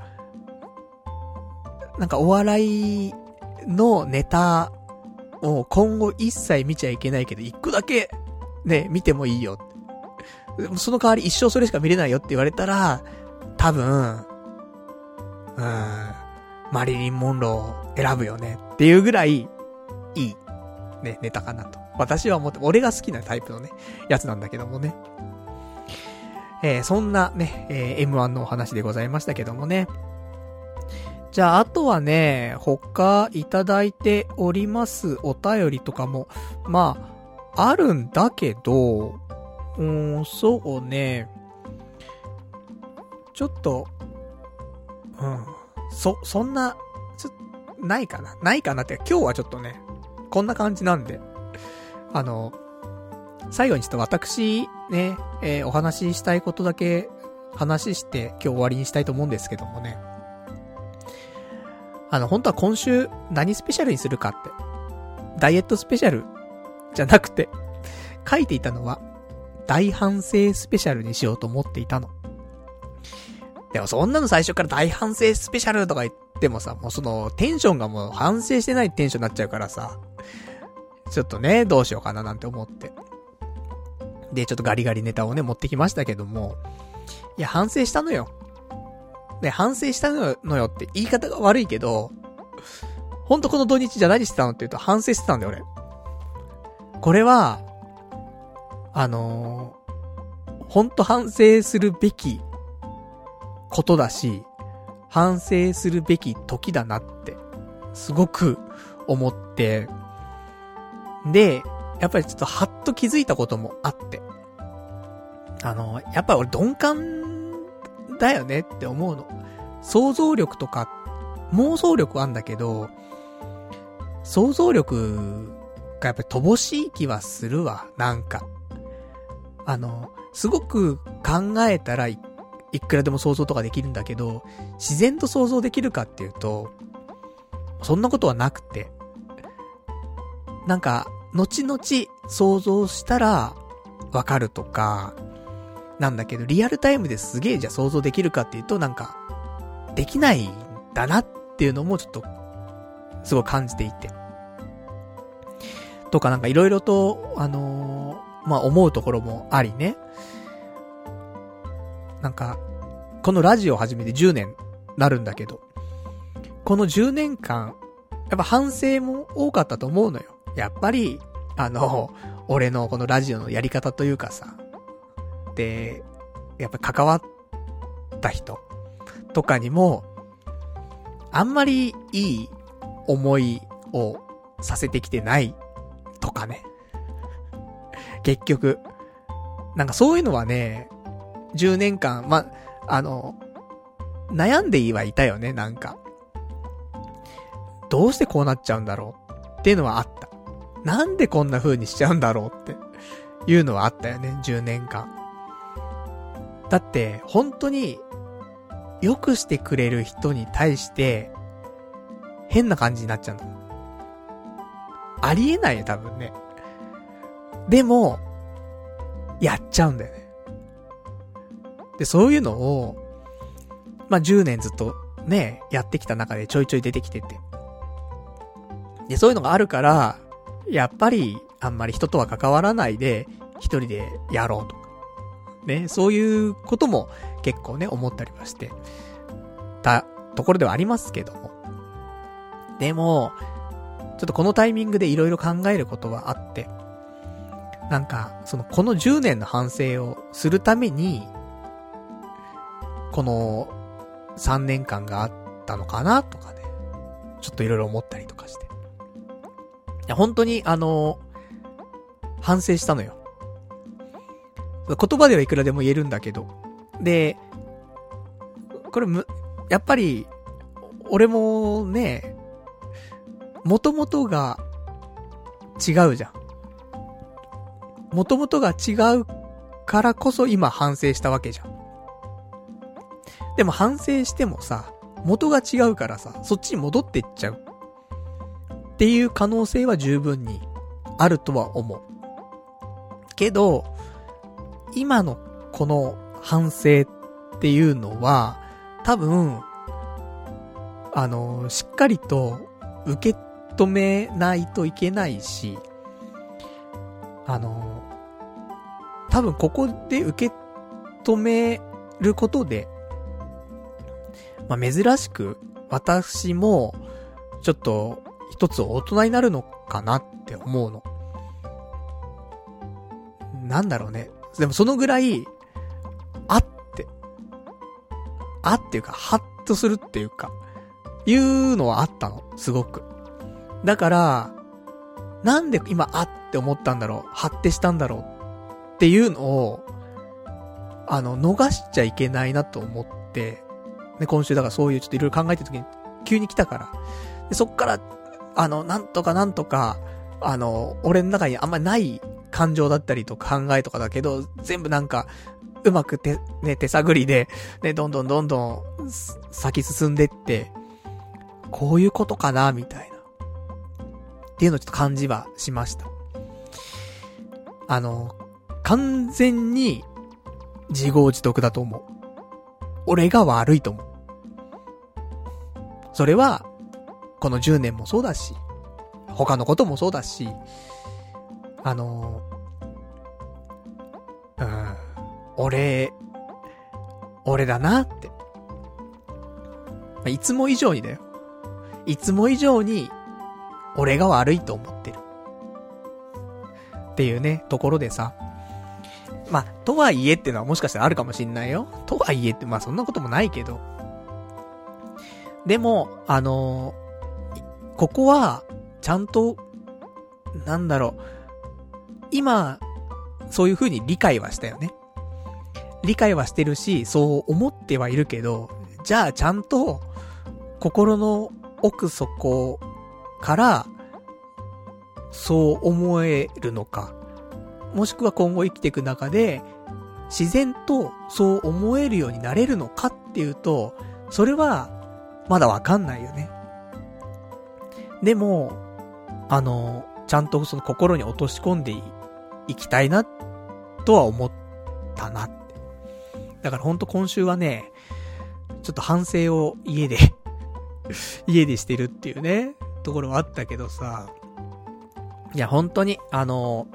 なんかお笑いのネタを今後一切見ちゃいけないけど、一個だけね、見てもいいよ。その代わり一生それしか見れないよって言われたら、多分、うーん、マリリン・モンロー選ぶよねっていうぐらいいい、ね、ネタかなと私は思って、俺が好きなタイプのね、やつなんだけどもね。えー、そんなね、えー、エムワン のお話でございましたけどもね。じゃあ、あとはね、他いただいておりますお便りとかも、まあ、あるんだけど、うーん、そうね、ちょっと、うん、そ、そんな、ちょ、ないかなないかなって、今日はちょっとね、こんな感じなんで、あの、最後にちょっと私、ね、えー、お話ししたいことだけ話して今日終わりにしたいと思うんですけどもね。あの、本当は今週何スペシャルにするかって、ダイエットスペシャルじゃなくて、書いていたのは、大反省スペシャルにしようと思っていたの。でもそんなの最初から大反省スペシャルとか言ってもさ、もうそのテンションがもう反省してないテンションになっちゃうからさ、ちょっとね、どうしようかななんて思って。で、ちょっとガリガリネタをね、持ってきましたけども、いや、反省したのよ。で、反省したのよって言い方が悪いけど、ほんとこの土日じゃ何してたのって言うと反省してたんだよ、俺。これは、あのー、ほんと反省するべきことだし、反省するべき時だなって、すごく思って、で、やっぱりちょっとハッと気づいたこともあって。あの、やっぱり俺鈍感だよねって思うの。想像力とか、妄想力あんだけど、想像力がやっぱり乏しい気はするわ、なんか。あの、すごく考えたらい、いくらでも想像とかできるんだけど、自然と想像できるかっていうと、そんなことはなくて。なんか、後々想像したらわかるとか、なんだけど、リアルタイムですげえじゃ想像できるかっていうと、なんか、できないんだなっていうのもちょっと、すごい感じていて。とかなんかいろいろと、あのー、まあ、思うところもありね。なんか、このラジオを始めてじゅうねんなるんだけど、このじゅうねんかん、やっぱ反省も多かったと思うのよ。やっぱり、あの、俺のこのラジオのやり方というかさ、で、やっぱ関わった人とかにも、あんまりいい思いをさせてきてないとかね。結局。なんかそういうのはね、じゅうねんかん、ま、あの、悩んではいたよね、なんか。どうしてこうなっちゃうんだろうっていうのはあった。なんでこんな風にしちゃうんだろうっていうのはあったよね、じゅうねんかん。だって、本当に、良くしてくれる人に対して、変な感じになっちゃうんだ。ありえないよ、多分ね。でも、やっちゃうんだよね。で、そういうのを、まあ、じゅうねんずっとね、やってきた中でちょいちょい出てきてて。で、そういうのがあるから、やっぱり、あんまり人とは関わらないで、一人でやろうとか。ね、そういうことも結構ね、思ったりはして、たところではありますけども。でも、ちょっとこのタイミングでいろいろ考えることはあって、なんか、その、このじゅうねんの反省をするために、このさんねんかんがあったのかなとかね、ちょっといろいろ思ったりとかして。いや、本当に、あの、反省したのよ。言葉ではいくらでも言えるんだけど。で、これむ、やっぱり、俺もね、元々が違うじゃん。元々が違うからこそ今反省したわけじゃん。でも反省してもさ、元が違うからさ、そっちに戻っていっちゃう。っていう可能性は十分にあるとは思う。けど、今のこの反省っていうのは、多分、あの、しっかりと受け止めないといけないし、あの、多分ここで受け止めることで、まあ、珍しく私もちょっと一つ大人になるのかなって思うの。 なんだろうね。でもそのぐらい、あって、あっていうか、ハッとするっていうか、いうのはあったの。すごく。だから、なんで今、あって思ったんだろう、ハッてしたんだろうっていうのを、あの、逃しちゃいけないなと思って、で、今週だからそういうちょっといろいろ考えてる時に、急に来たから。で、そっから、あの、なんとかなんとか、あの、俺の中にあんまりない感情だったりとか考えとかだけど、全部なんか、うまく手、ね、手探りで、ね、どんどんどんどん、先進んでって、こういうことかな、みたいな。っていうのをちょっと感じはしました。あの、完全に、自業自得だと思う。俺が悪いと思う。それは、このじゅうねんもそうだし、他のこともそうだし、あの、うん、俺、俺だなって。いつも以上にだよ。いつも以上に、俺が悪いと思ってる。っていうね、ところでさ。まあ、とはいえってのはもしかしたらあるかもしんないよ。とはいえって、まあそんなこともないけど。でも、あのー、ここは、ちゃんと、なんだろう。今、そういう風に理解はしたよね。理解はしてるし、そう思ってはいるけど、じゃあちゃんと、心の奥底から、そう思えるのか。もしくは今後生きていく中で、自然とそう思えるようになれるのかっていうと、それは、まだわかんないよね。でも、あの、ちゃんとその心に落とし込んで い, いきたいな、とは思ったなって。だからほんと今週はね、ちょっと反省を家で、家でしてるっていうね、ところはあったけどさ、いや本当に、あの、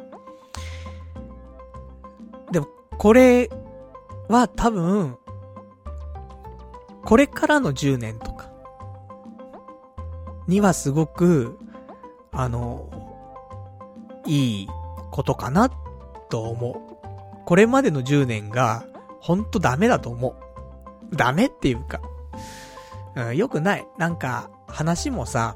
でも、これは多分、これからのじゅうねんとか、にはすごく、あの、いいことかな、と思う。これまでのじゅうねんが、ほんとダメだと思う。ダメっていうか、うん、よくない。なんか、話もさ、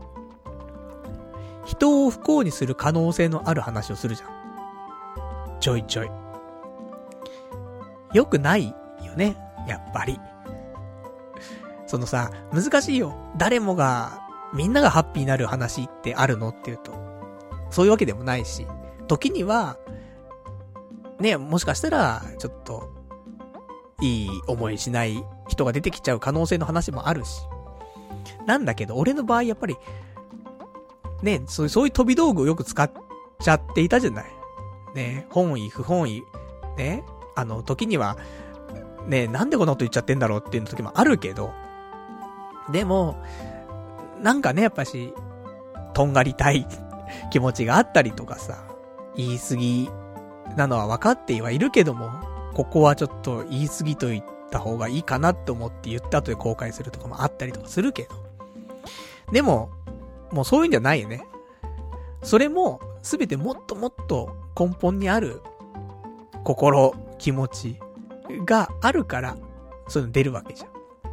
人を不幸にする可能性のある話をするじゃん。ちょいちょい。よくないよね、やっぱり。そのさ、難しいよ。誰もが、みんながハッピーになる話ってあるのっていうと、そういうわけでもないし、時には、ね、もしかしたら、ちょっと、いい思いしない人が出てきちゃう可能性の話もあるし。なんだけど、俺の場合やっぱり、ね、そういう、そういう飛び道具をよく使っちゃっていたじゃない。ね、本意、不本意、ね、あの、時には、ね、なんでこんなこと言っちゃってんだろうっていう時もあるけど、でも、なんかね、やっぱし、とんがりたい気持ちがあったりとかさ、言い過ぎなのは分かってはいるけども、ここはちょっと言い過ぎと言った方がいいかなって思って言った後で後悔するとかもあったりとかするけど。でも、もうそういうんじゃないよね。それも、すべてもっともっと根本にある心、気持ちがあるから、そういうの出るわけじゃん。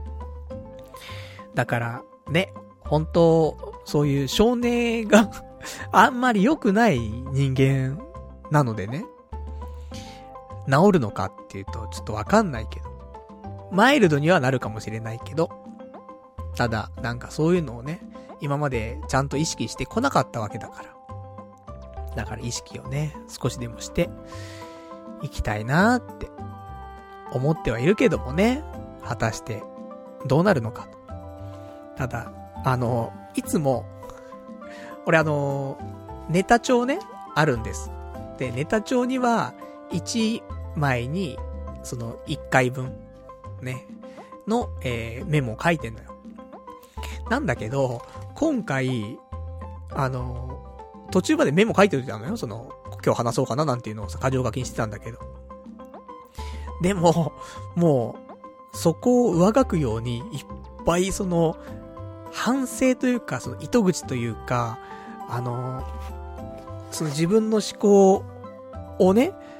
だから、ね、本当そういう少年があんまり良くない人間なのでね、治るのかっていうとちょっとわかんないけど、マイルドにはなるかもしれないけど、ただなんかそういうのをね、今までちゃんと意識してこなかったわけだから、だから意識をね少しでもしていきたいなーって思ってはいるけどもね、果たしてどうなるのかと。ただあのいつも俺あのネタ帳ねあるんです。でネタ帳にはいちまいにそのいっかいぶんねの、えー、メモを書いてんのよ。なんだけど今回あの途中までメモ書いてるじゃんのよ。その今日話そうかななんていうのをさ、箇条書きにしてたんだけど、でももうそこを上書くようにいっぱいその反省というか、その糸口というか、あのその自分の思考をね、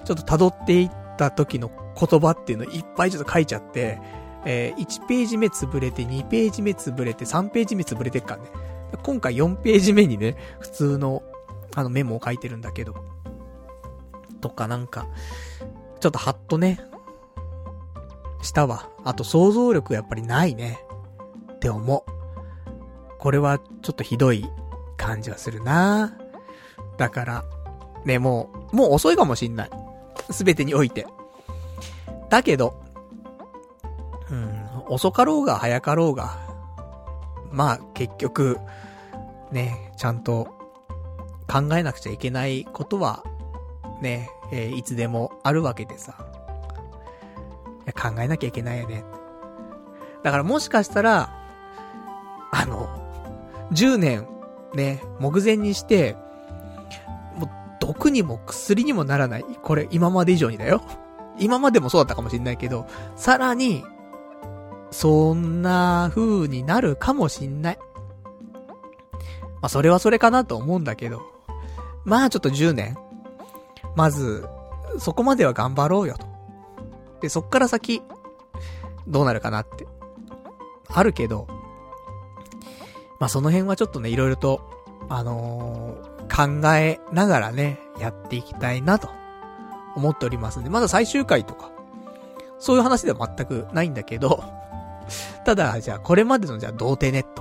ちょっと辿っていった時の言葉っていうのいっぱいちょっと書いちゃって、えー、いちページ目潰れて、にページ目潰れて、さんページ目潰れてっからね。今回よんページ目にね、普通の、あのメモを書いてるんだけど。とかなんか、ちょっとハッとね、したわ。あと想像力やっぱりないね。って思う。これはちょっとひどい感じがするな。だから、ね、もう、もう遅いかもしんない。すべてにおいて。だけど、うん、遅かろうが早かろうが、まあ結局、ね、ちゃんと考えなくちゃいけないことは、ね、えー、いつでもあるわけでさ。考えなきゃいけないよね。だからもしかしたら、あの、じゅうねん、ね、目前にして、もう、毒にも薬にもならない。これ、今まで以上にだよ。今までもそうだったかもしれないけど、さらに、そんな風になるかもしんない。まあ、それはそれかなと思うんだけど。まあ、ちょっとじゅうねん。まず、そこまでは頑張ろうよと。で、そっから先、どうなるかなって。あるけど、まあ、その辺はちょっとね、いろいろと、あのー、考えながらね、やっていきたいなと、思っておりますんで、まだ最終回とか、そういう話では全くないんだけど、ただ、じゃあ、これまでのじゃあ、童貞ネット。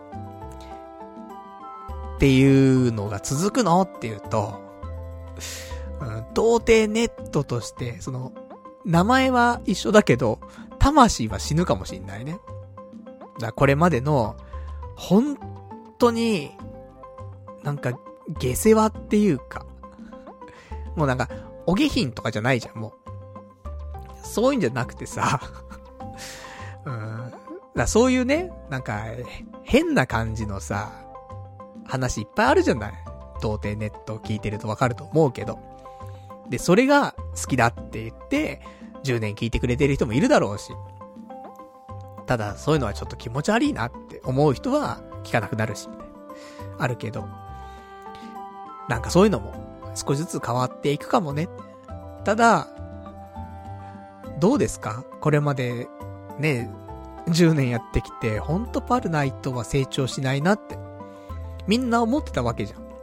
っていうのが続くのっていうと、うん、童貞ネットとして、その、名前は一緒だけど、魂は死ぬかもしんないね。だからこれまでの、本当に、なんか、下世話っていうか、もうなんか、お下品とかじゃないじゃん、もう。そういうんじゃなくてさ、うん、だそういうね、なんか、変な感じのさ、話いっぱいあるじゃない。童貞ネット聞いてるとわかると思うけど。で、それが好きだって言って、じゅうねん聞いてくれてる人もいるだろうし。ただ、そういうのはちょっと気持ち悪いなって思う人は聞かなくなるし、みたいな。あるけど。なんかそういうのも少しずつ変わっていくかもね。ただ、どうですか？これまで、ね、じゅうねんやってきて、ほんとパルナイトは成長しないなって。みんな思ってたわけじゃん。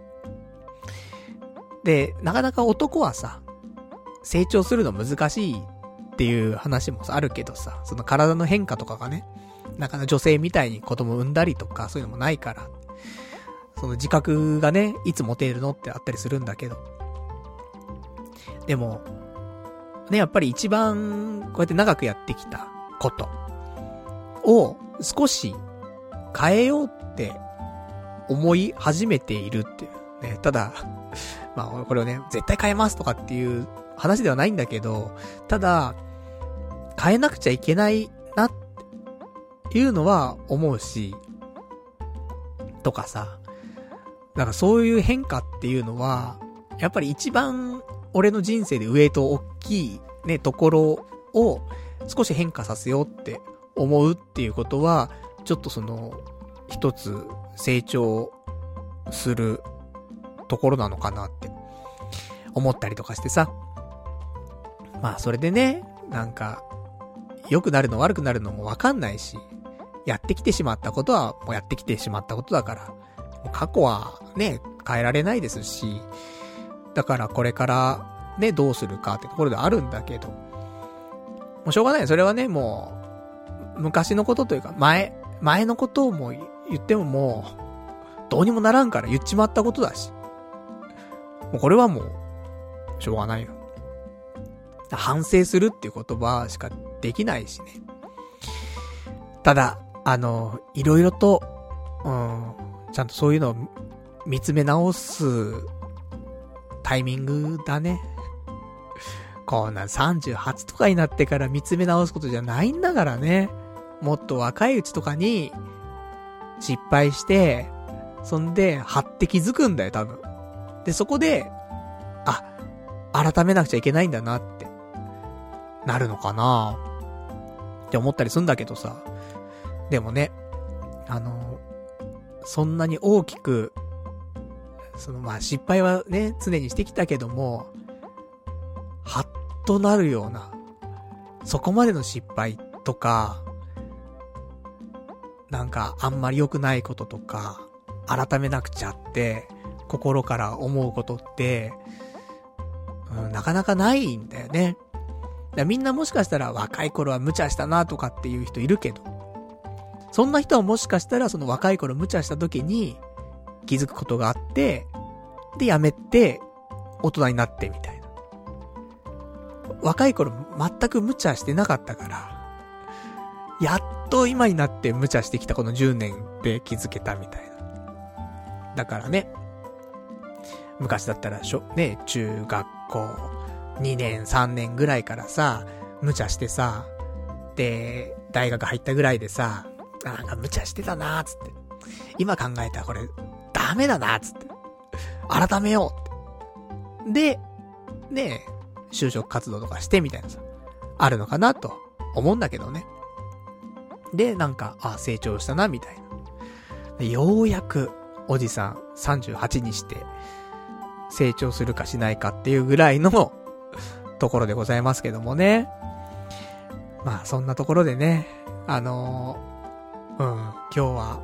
で、なかなか男はさ、成長するの難しいっていう話もあるけどさ、その体の変化とかがね、なかなか女性みたいに子供産んだりとかそういうのもないから、その自覚がね、いつ持てるのってあったりするんだけど。でも、ね、やっぱり一番こうやって長くやってきたことを少し変えようって思い始めているっていうね。ただ、まあこれをね、絶対変えますとかっていう話ではないんだけど、ただ、変えなくちゃいけないなっていうのは思うし、とかさ、なんかそういう変化っていうのは、やっぱり一番俺の人生でウェイト大きいね、ところを少し変化させようって思うっていうことは、ちょっとその、一つ成長するところなのかなって思ったりとかしてさ。まあそれでね、なんか、良くなるの悪くなるのもわかんないし、やってきてしまったことはもうやってきてしまったことだから、過去はね、変えられないですし、だからこれからね、どうするかってところであるんだけど、もうしょうがない。それはね、もう、昔のことというか、前、前のことをもう言ってももう、どうにもならんから言っちまったことだし、もうこれはもう、しょうがないよ。反省するっていう言葉しかできないしね。ただ、あの、いろいろと、うん、ちゃんとそういうのを見つめ直すタイミングだね。こんなさんじゅうはちとかになってから見つめ直すことじゃないんだからね。もっと若いうちとかに失敗して、そんで、はって気づくんだよ、多分。で、そこで、あ、改めなくちゃいけないんだなって、なるのかなって思ったりするんだけどさ。でもね、あの、そんなに大きく、そのまあ失敗はね、常にしてきたけども、 ハッとなるような、そこまでの失敗とか、なんかあんまり良くないこととか、改めなくちゃって、心から思うことって、うん、なかなかないんだよね。だからみんなもしかしたら若い頃は無茶したなとかっていう人いるけど、そんな人はもしかしたらその若い頃無茶した時に気づくことがあって、でやめて大人になってみたいな。若い頃全く無茶してなかったから、やっと今になって無茶してきたこのじゅうねんで気づけたみたいな。だからね、昔だったらしょ、ね、中学校にねんさんねんぐらいからさ、無茶してさ、で、大学入ったぐらいでさ、なんか無茶してたなーつって。今考えたらこれ、ダメだなーつって。改めようって。で、ね、就職活動とかしてみたいなさ、あるのかなと思うんだけどね。で、なんか、あ、成長したな、みたいな。ようやく、おじさんさんじゅうはちにして、成長するかしないかっていうぐらいのところでございますけどもね。まあそんなところでね、あのー、うん、今日は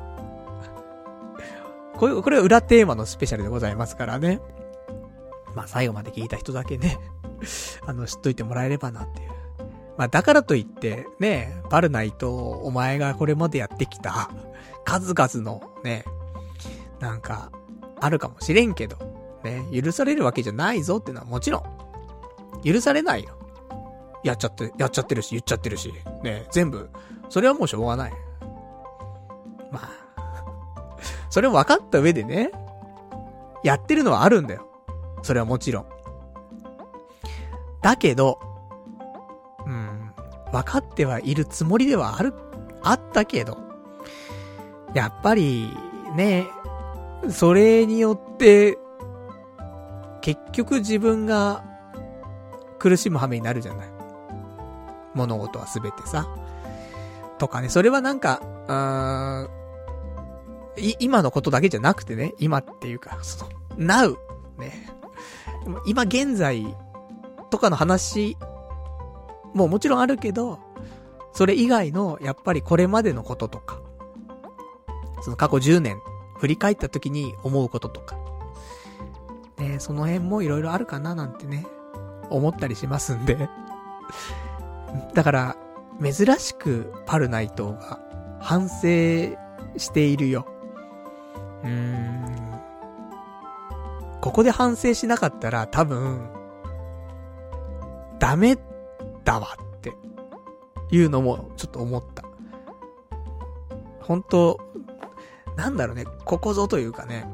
これこれは裏テーマのスペシャルでございますからね。まあ最後まで聞いた人だけねあの知っといてもらえればなっていう。まあだからといってね、パルナイとお前がこれまでやってきた数々のね、なんかあるかもしれんけどね、許されるわけじゃないぞってのはもちろん許されないよ。やっちゃって、やっちゃってるし、言っちゃってるし、ね、全部、それはもうしょうがない。まあ、それを分かった上でね、やってるのはあるんだよ。それはもちろん。だけど、うん、分かってはいるつもりではある、あったけど、やっぱり、ね、それによって、結局自分が苦しむ羽目になるじゃない。物事はすべてさ。とかね、それはなんか、うーん、い、今のことだけじゃなくてね、今っていうか、その、now ね。今現在とかの話ももちろんあるけど、それ以外の、やっぱりこれまでのこととか、その過去じゅうねん振り返った時に思うこととか、ね、その辺もいろいろあるかななんてね、思ったりしますんで。だから、珍しくパルナイトが反省しているよ。うーん。ここで反省しなかったら多分、ダメだわっていうのもちょっと思った。本当なんだろうね、ここぞというかね、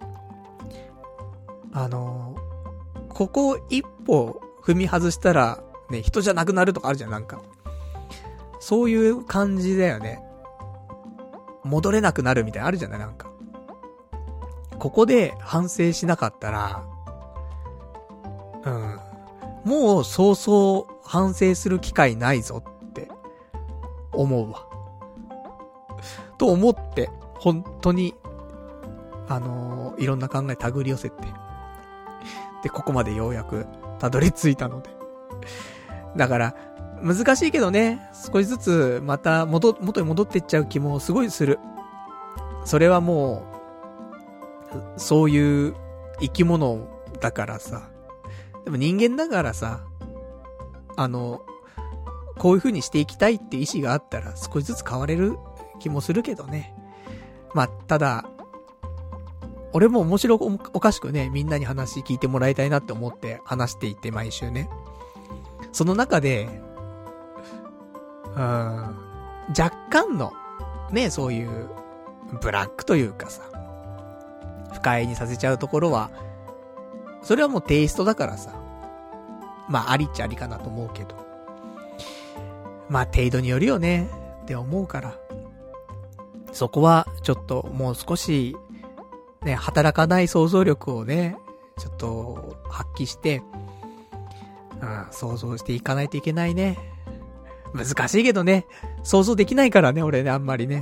あの、ここ一歩踏み外したら、ね、人じゃなくなるとかあるじゃん、なんか。そういう感じだよね。戻れなくなるみたいなのあるじゃない、なんか。ここで反省しなかったら、うん。もうそうそう反省する機会ないぞって思うわ。と思って、本当に、あのー、いろんな考え手繰り寄せて、で、ここまでようやくたどり着いたので。だから、難しいけどね、少しずつまた元、元に戻っていっちゃう気もすごいする。それはもう、そういう生き物だからさ。でも人間だからさ、あの、こういう風にしていきたいって意志があったら少しずつ変われる気もするけどね。まあ、ただ、俺も面白おかしくね、みんなに話聞いてもらいたいなって思って話していて、毎週ね。その中で、うーん、若干の、ね、そういう、ブラックというかさ、不快にさせちゃうところは、それはもうテイストだからさ、まあ、ありっちゃありかなと思うけど、まあ、程度によるよね、って思うから、そこは、ちょっと、もう少し、ね、働かない想像力をね、ちょっと、発揮して、うん、想像していかないといけないね。難しいけどね、想像できないからね、俺ね、あんまりね。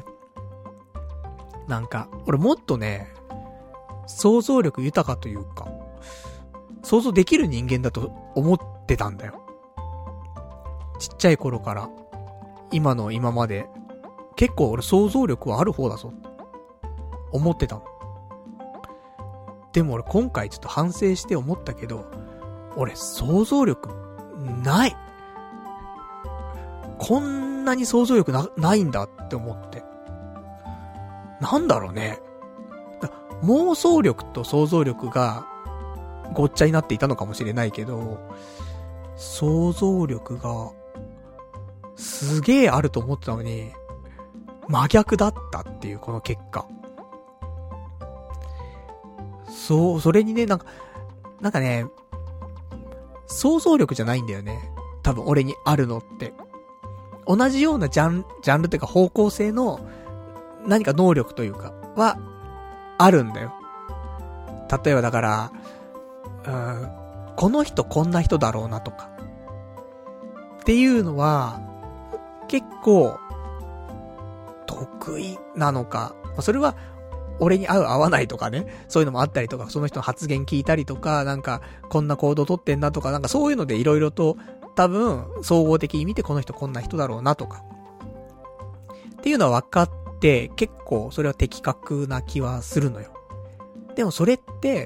なんか、俺もっとね、想像力豊かというか、 想像できる人間だと思ってたんだよ。ちっちゃい頃から今の今まで結構俺想像力はある方だぞ思ってたの。でも俺今回ちょっと反省して思ったけど、俺想像力ない。こんなに想像力 な, ないんだって思って。なんだろうね。妄想力と想像力がごっちゃになっていたのかもしれないけど、想像力がすげえあると思ってたのに真逆だったっていうこの結果。そう、それにね、なんか、なんかね、想像力じゃないんだよね。多分俺にあるのって。同じようなジャン、ジャンルっていうか方向性の何か能力というかはあるんだよ。例えばだから、うーん、この人こんな人だろうなとか。っていうのは、結構、得意なのか。それは、俺に合う合わないとかね。そういうのもあったりとか、その人の発言聞いたりとか、なんか、こんな行動取ってんなとか、なんかそういうのでいろいろと、多分、総合的に見てこの人こんな人だろうなとか。っていうのは分かって、結構それは的確な気はするのよ。でもそれって、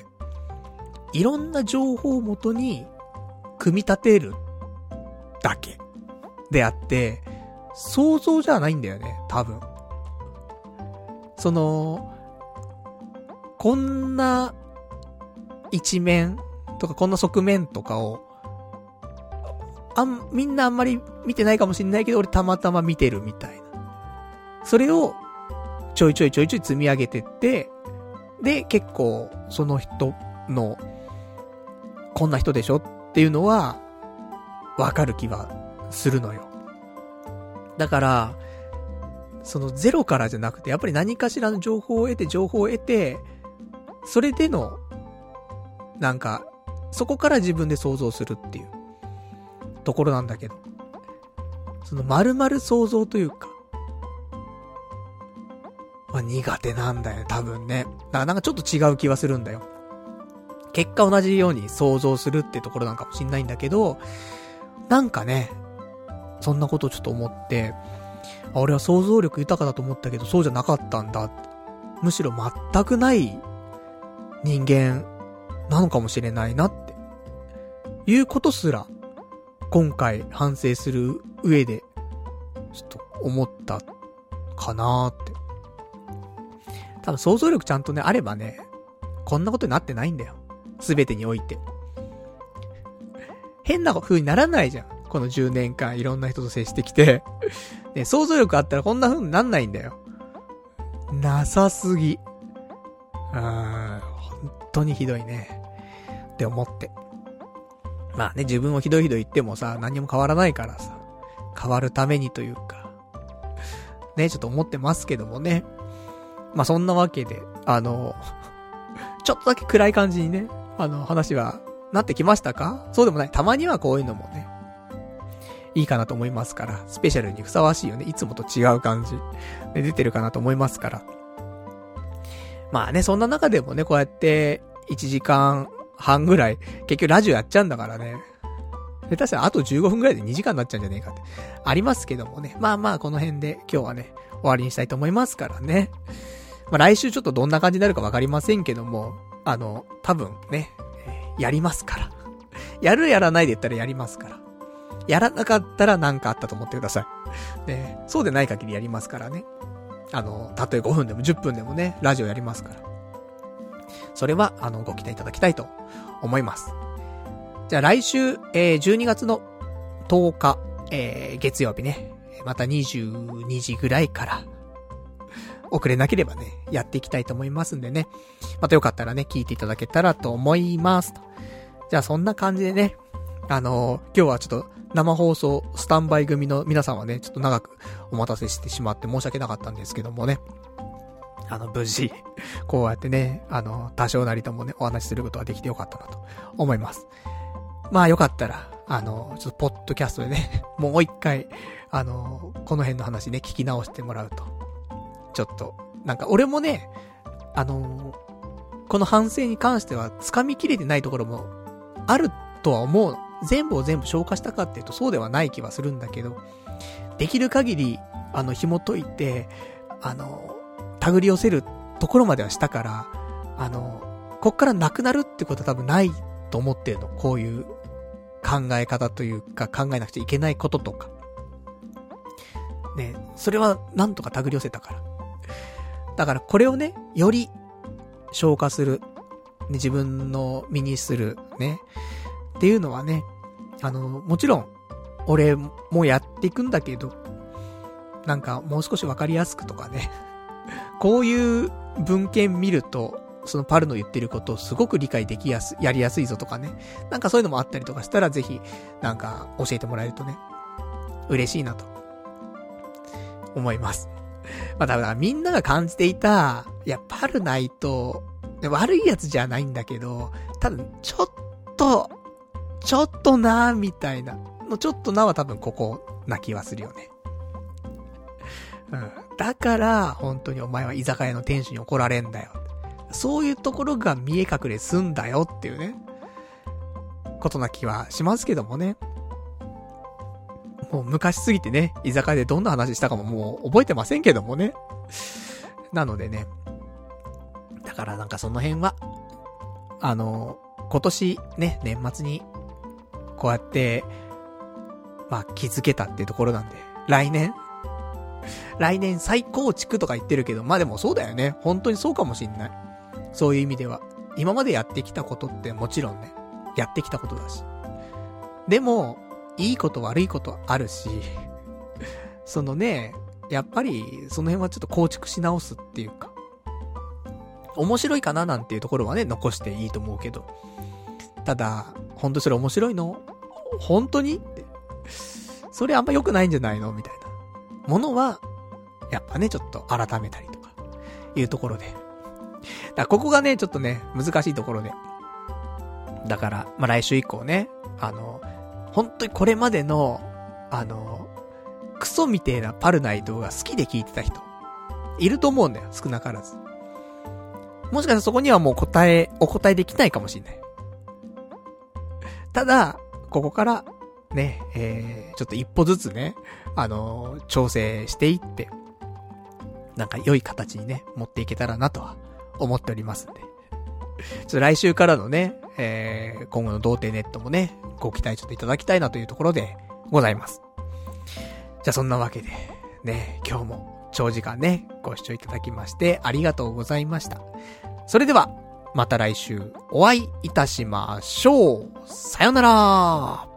いろんな情報をもとに、組み立てるだけであって、想像じゃないんだよね、多分。その、こんな一面とかこんな側面とかを、あん、みんなあんまり見てないかもしれないけど、俺たまたま見てるみたいな。それを、ちょいちょいちょいちょい積み上げてって、で、結構、その人の、こんな人でしょっていうのは、わかる気はするのよ。だから、そのゼロからじゃなくて、やっぱり何かしらの情報を得て、情報を得て、それでの、なんか、そこから自分で想像するっていう、ところなんだけど、その丸々想像というか、まあ、苦手なんだよ、多分ね。だからなんかちょっと違う気はするんだよ。結果同じように想像するってところなんかもしんないんだけど、なんかね、そんなことをちょっと思って、あ、俺は想像力豊かだと思ったけど、そうじゃなかったんだ。むしろ全くない人間なのかもしれないなって。いうことすら、今回反省する上で、ちょっと思ったかなーって。多分想像力ちゃんとね、あればね、こんなことになってないんだよ。すべてにおいて。変な風にならないじゃん。このじゅうねんかんいろんな人と接してきて。ね、想像力あったらこんな風になんないんだよ。なさすぎ。うーん、本当にひどいね。って思って。まあね、自分をひどいひどい言ってもさ、何も変わらないからさ、変わるためにというか、ね、ちょっと思ってますけどもね。まあそんなわけで、あの、ちょっとだけ暗い感じにね、あの、話はなってきましたか？そうでもない。たまにはこういうのもね、いいかなと思いますから、スペシャルにふさわしいよね。いつもと違う感じで出てるかなと思いますから。まあね、そんな中でもね、こうやっていちじかんはんぐらい、結局ラジオやっちゃうんだからね。下手したらあとじゅうごふんぐらいでにじかんになっちゃうんじゃねえかって。ありますけどもね。まあまあ、この辺で今日はね、終わりにしたいと思いますからね。まあ来週ちょっとどんな感じになるかわかりませんけども、あの、多分ね、やりますから。やるやらないで言ったらやりますから。やらなかったらなんかあったと思ってください。ね、そうでない限りやりますからね。あの、たとえごふんでもじゅっぷんでもね、ラジオやりますから。それは、あの、ご期待いただきたいと思います。じゃあ来週、えー、じゅうにがつのとおか、えー、月曜日ね、またにじゅうにじぐらいから、遅れなければね、やっていきたいと思いますんでね。またよかったらね、聞いていただけたらと思いますと。じゃあそんな感じでね、あのー、今日はちょっと生放送スタンバイ組の皆さんはね、ちょっと長くお待たせしてしまって申し訳なかったんですけどもね。あの、無事、こうやってね、あの、多少なりともね、お話しすることができてよかったなと思います。まあよかったら、あの、ちょっとポッドキャストでね、もう一回、あの、この辺の話ね、聞き直してもらうと。ちょっと、なんか俺もね、あの、この反省に関しては掴みきれてないところもあるとは思う。全部を全部消化したかっていうとそうではない気はするんだけど、できる限り、あの、紐解いて、あの、手繰り寄せるところまではしたから、あの、こっからなくなるってことは多分ないと思ってるの。こういう考え方というか、考えなくちゃいけないこととか。ね、それはなんとか手繰り寄せたから。だからこれをね、より消化する、ね、自分の身にする、ね、っていうのはね、あの、もちろん、俺もやっていくんだけど、なんかもう少しわかりやすくとかね、こういう文献見ると、そのパルの言ってることをすごく理解できやす、やりやすいぞとかね、なんかそういうのもあったりとかしたらぜひ、なんか教えてもらえるとね、嬉しいなと、思います。まあだからみんなが感じていた、いや、パルナイト、悪いやつじゃないんだけど、多分ちょっと、ちょっとなーみたいな、のちょっとなは多分ここな気はするよね。うん。だから、本当にお前は居酒屋の店主に怒られんだよ。そういうところが見え隠れすんだよっていうね、ことな気はしますけどもね。もう昔すぎてね、居酒屋でどんな話したかももう覚えてませんけどもね。なのでね。だからなんかその辺は、あの、今年ね、年末に、こうやって、まあ気づけたっていうところなんで、来年来年再構築とか言ってるけど、まあでもそうだよね。本当にそうかもしんない。そういう意味では。今までやってきたことってもちろんね、やってきたことだし。でも、いいこと悪いことあるし、そのね、やっぱりその辺はちょっと構築し直すっていうか、面白いかななんていうところはね、残していいと思うけど、ただ、本当にそれ面白いの？本当にって。それあんま良くないんじゃないのみたいな。ものは、やっぱね、ちょっと改めたりとか、いうところで。だからここがね、ちょっとね、難しいところで。だから、まあ、来週以降ね、あの、本当にこれまでの、あの、クソみてえなパルナイトが好きで聞いてた人、いると思うんだよ、少なからず。もしかしたらそこにはもう答え、お答えできないかもしれない。ただ、ここから、ね、えー、ちょっと一歩ずつね、あのー、調整していって、なんか良い形にね、持っていけたらなとは思っておりますんで。ちょっと来週からのね、えー、今後の童貞ネットもね、ご期待ちょっといただきたいなというところでございます。じゃあそんなわけで、ね、今日も長時間ね、ご視聴いただきましてありがとうございました。それでは、また来週お会いいたしましょう。さよなら。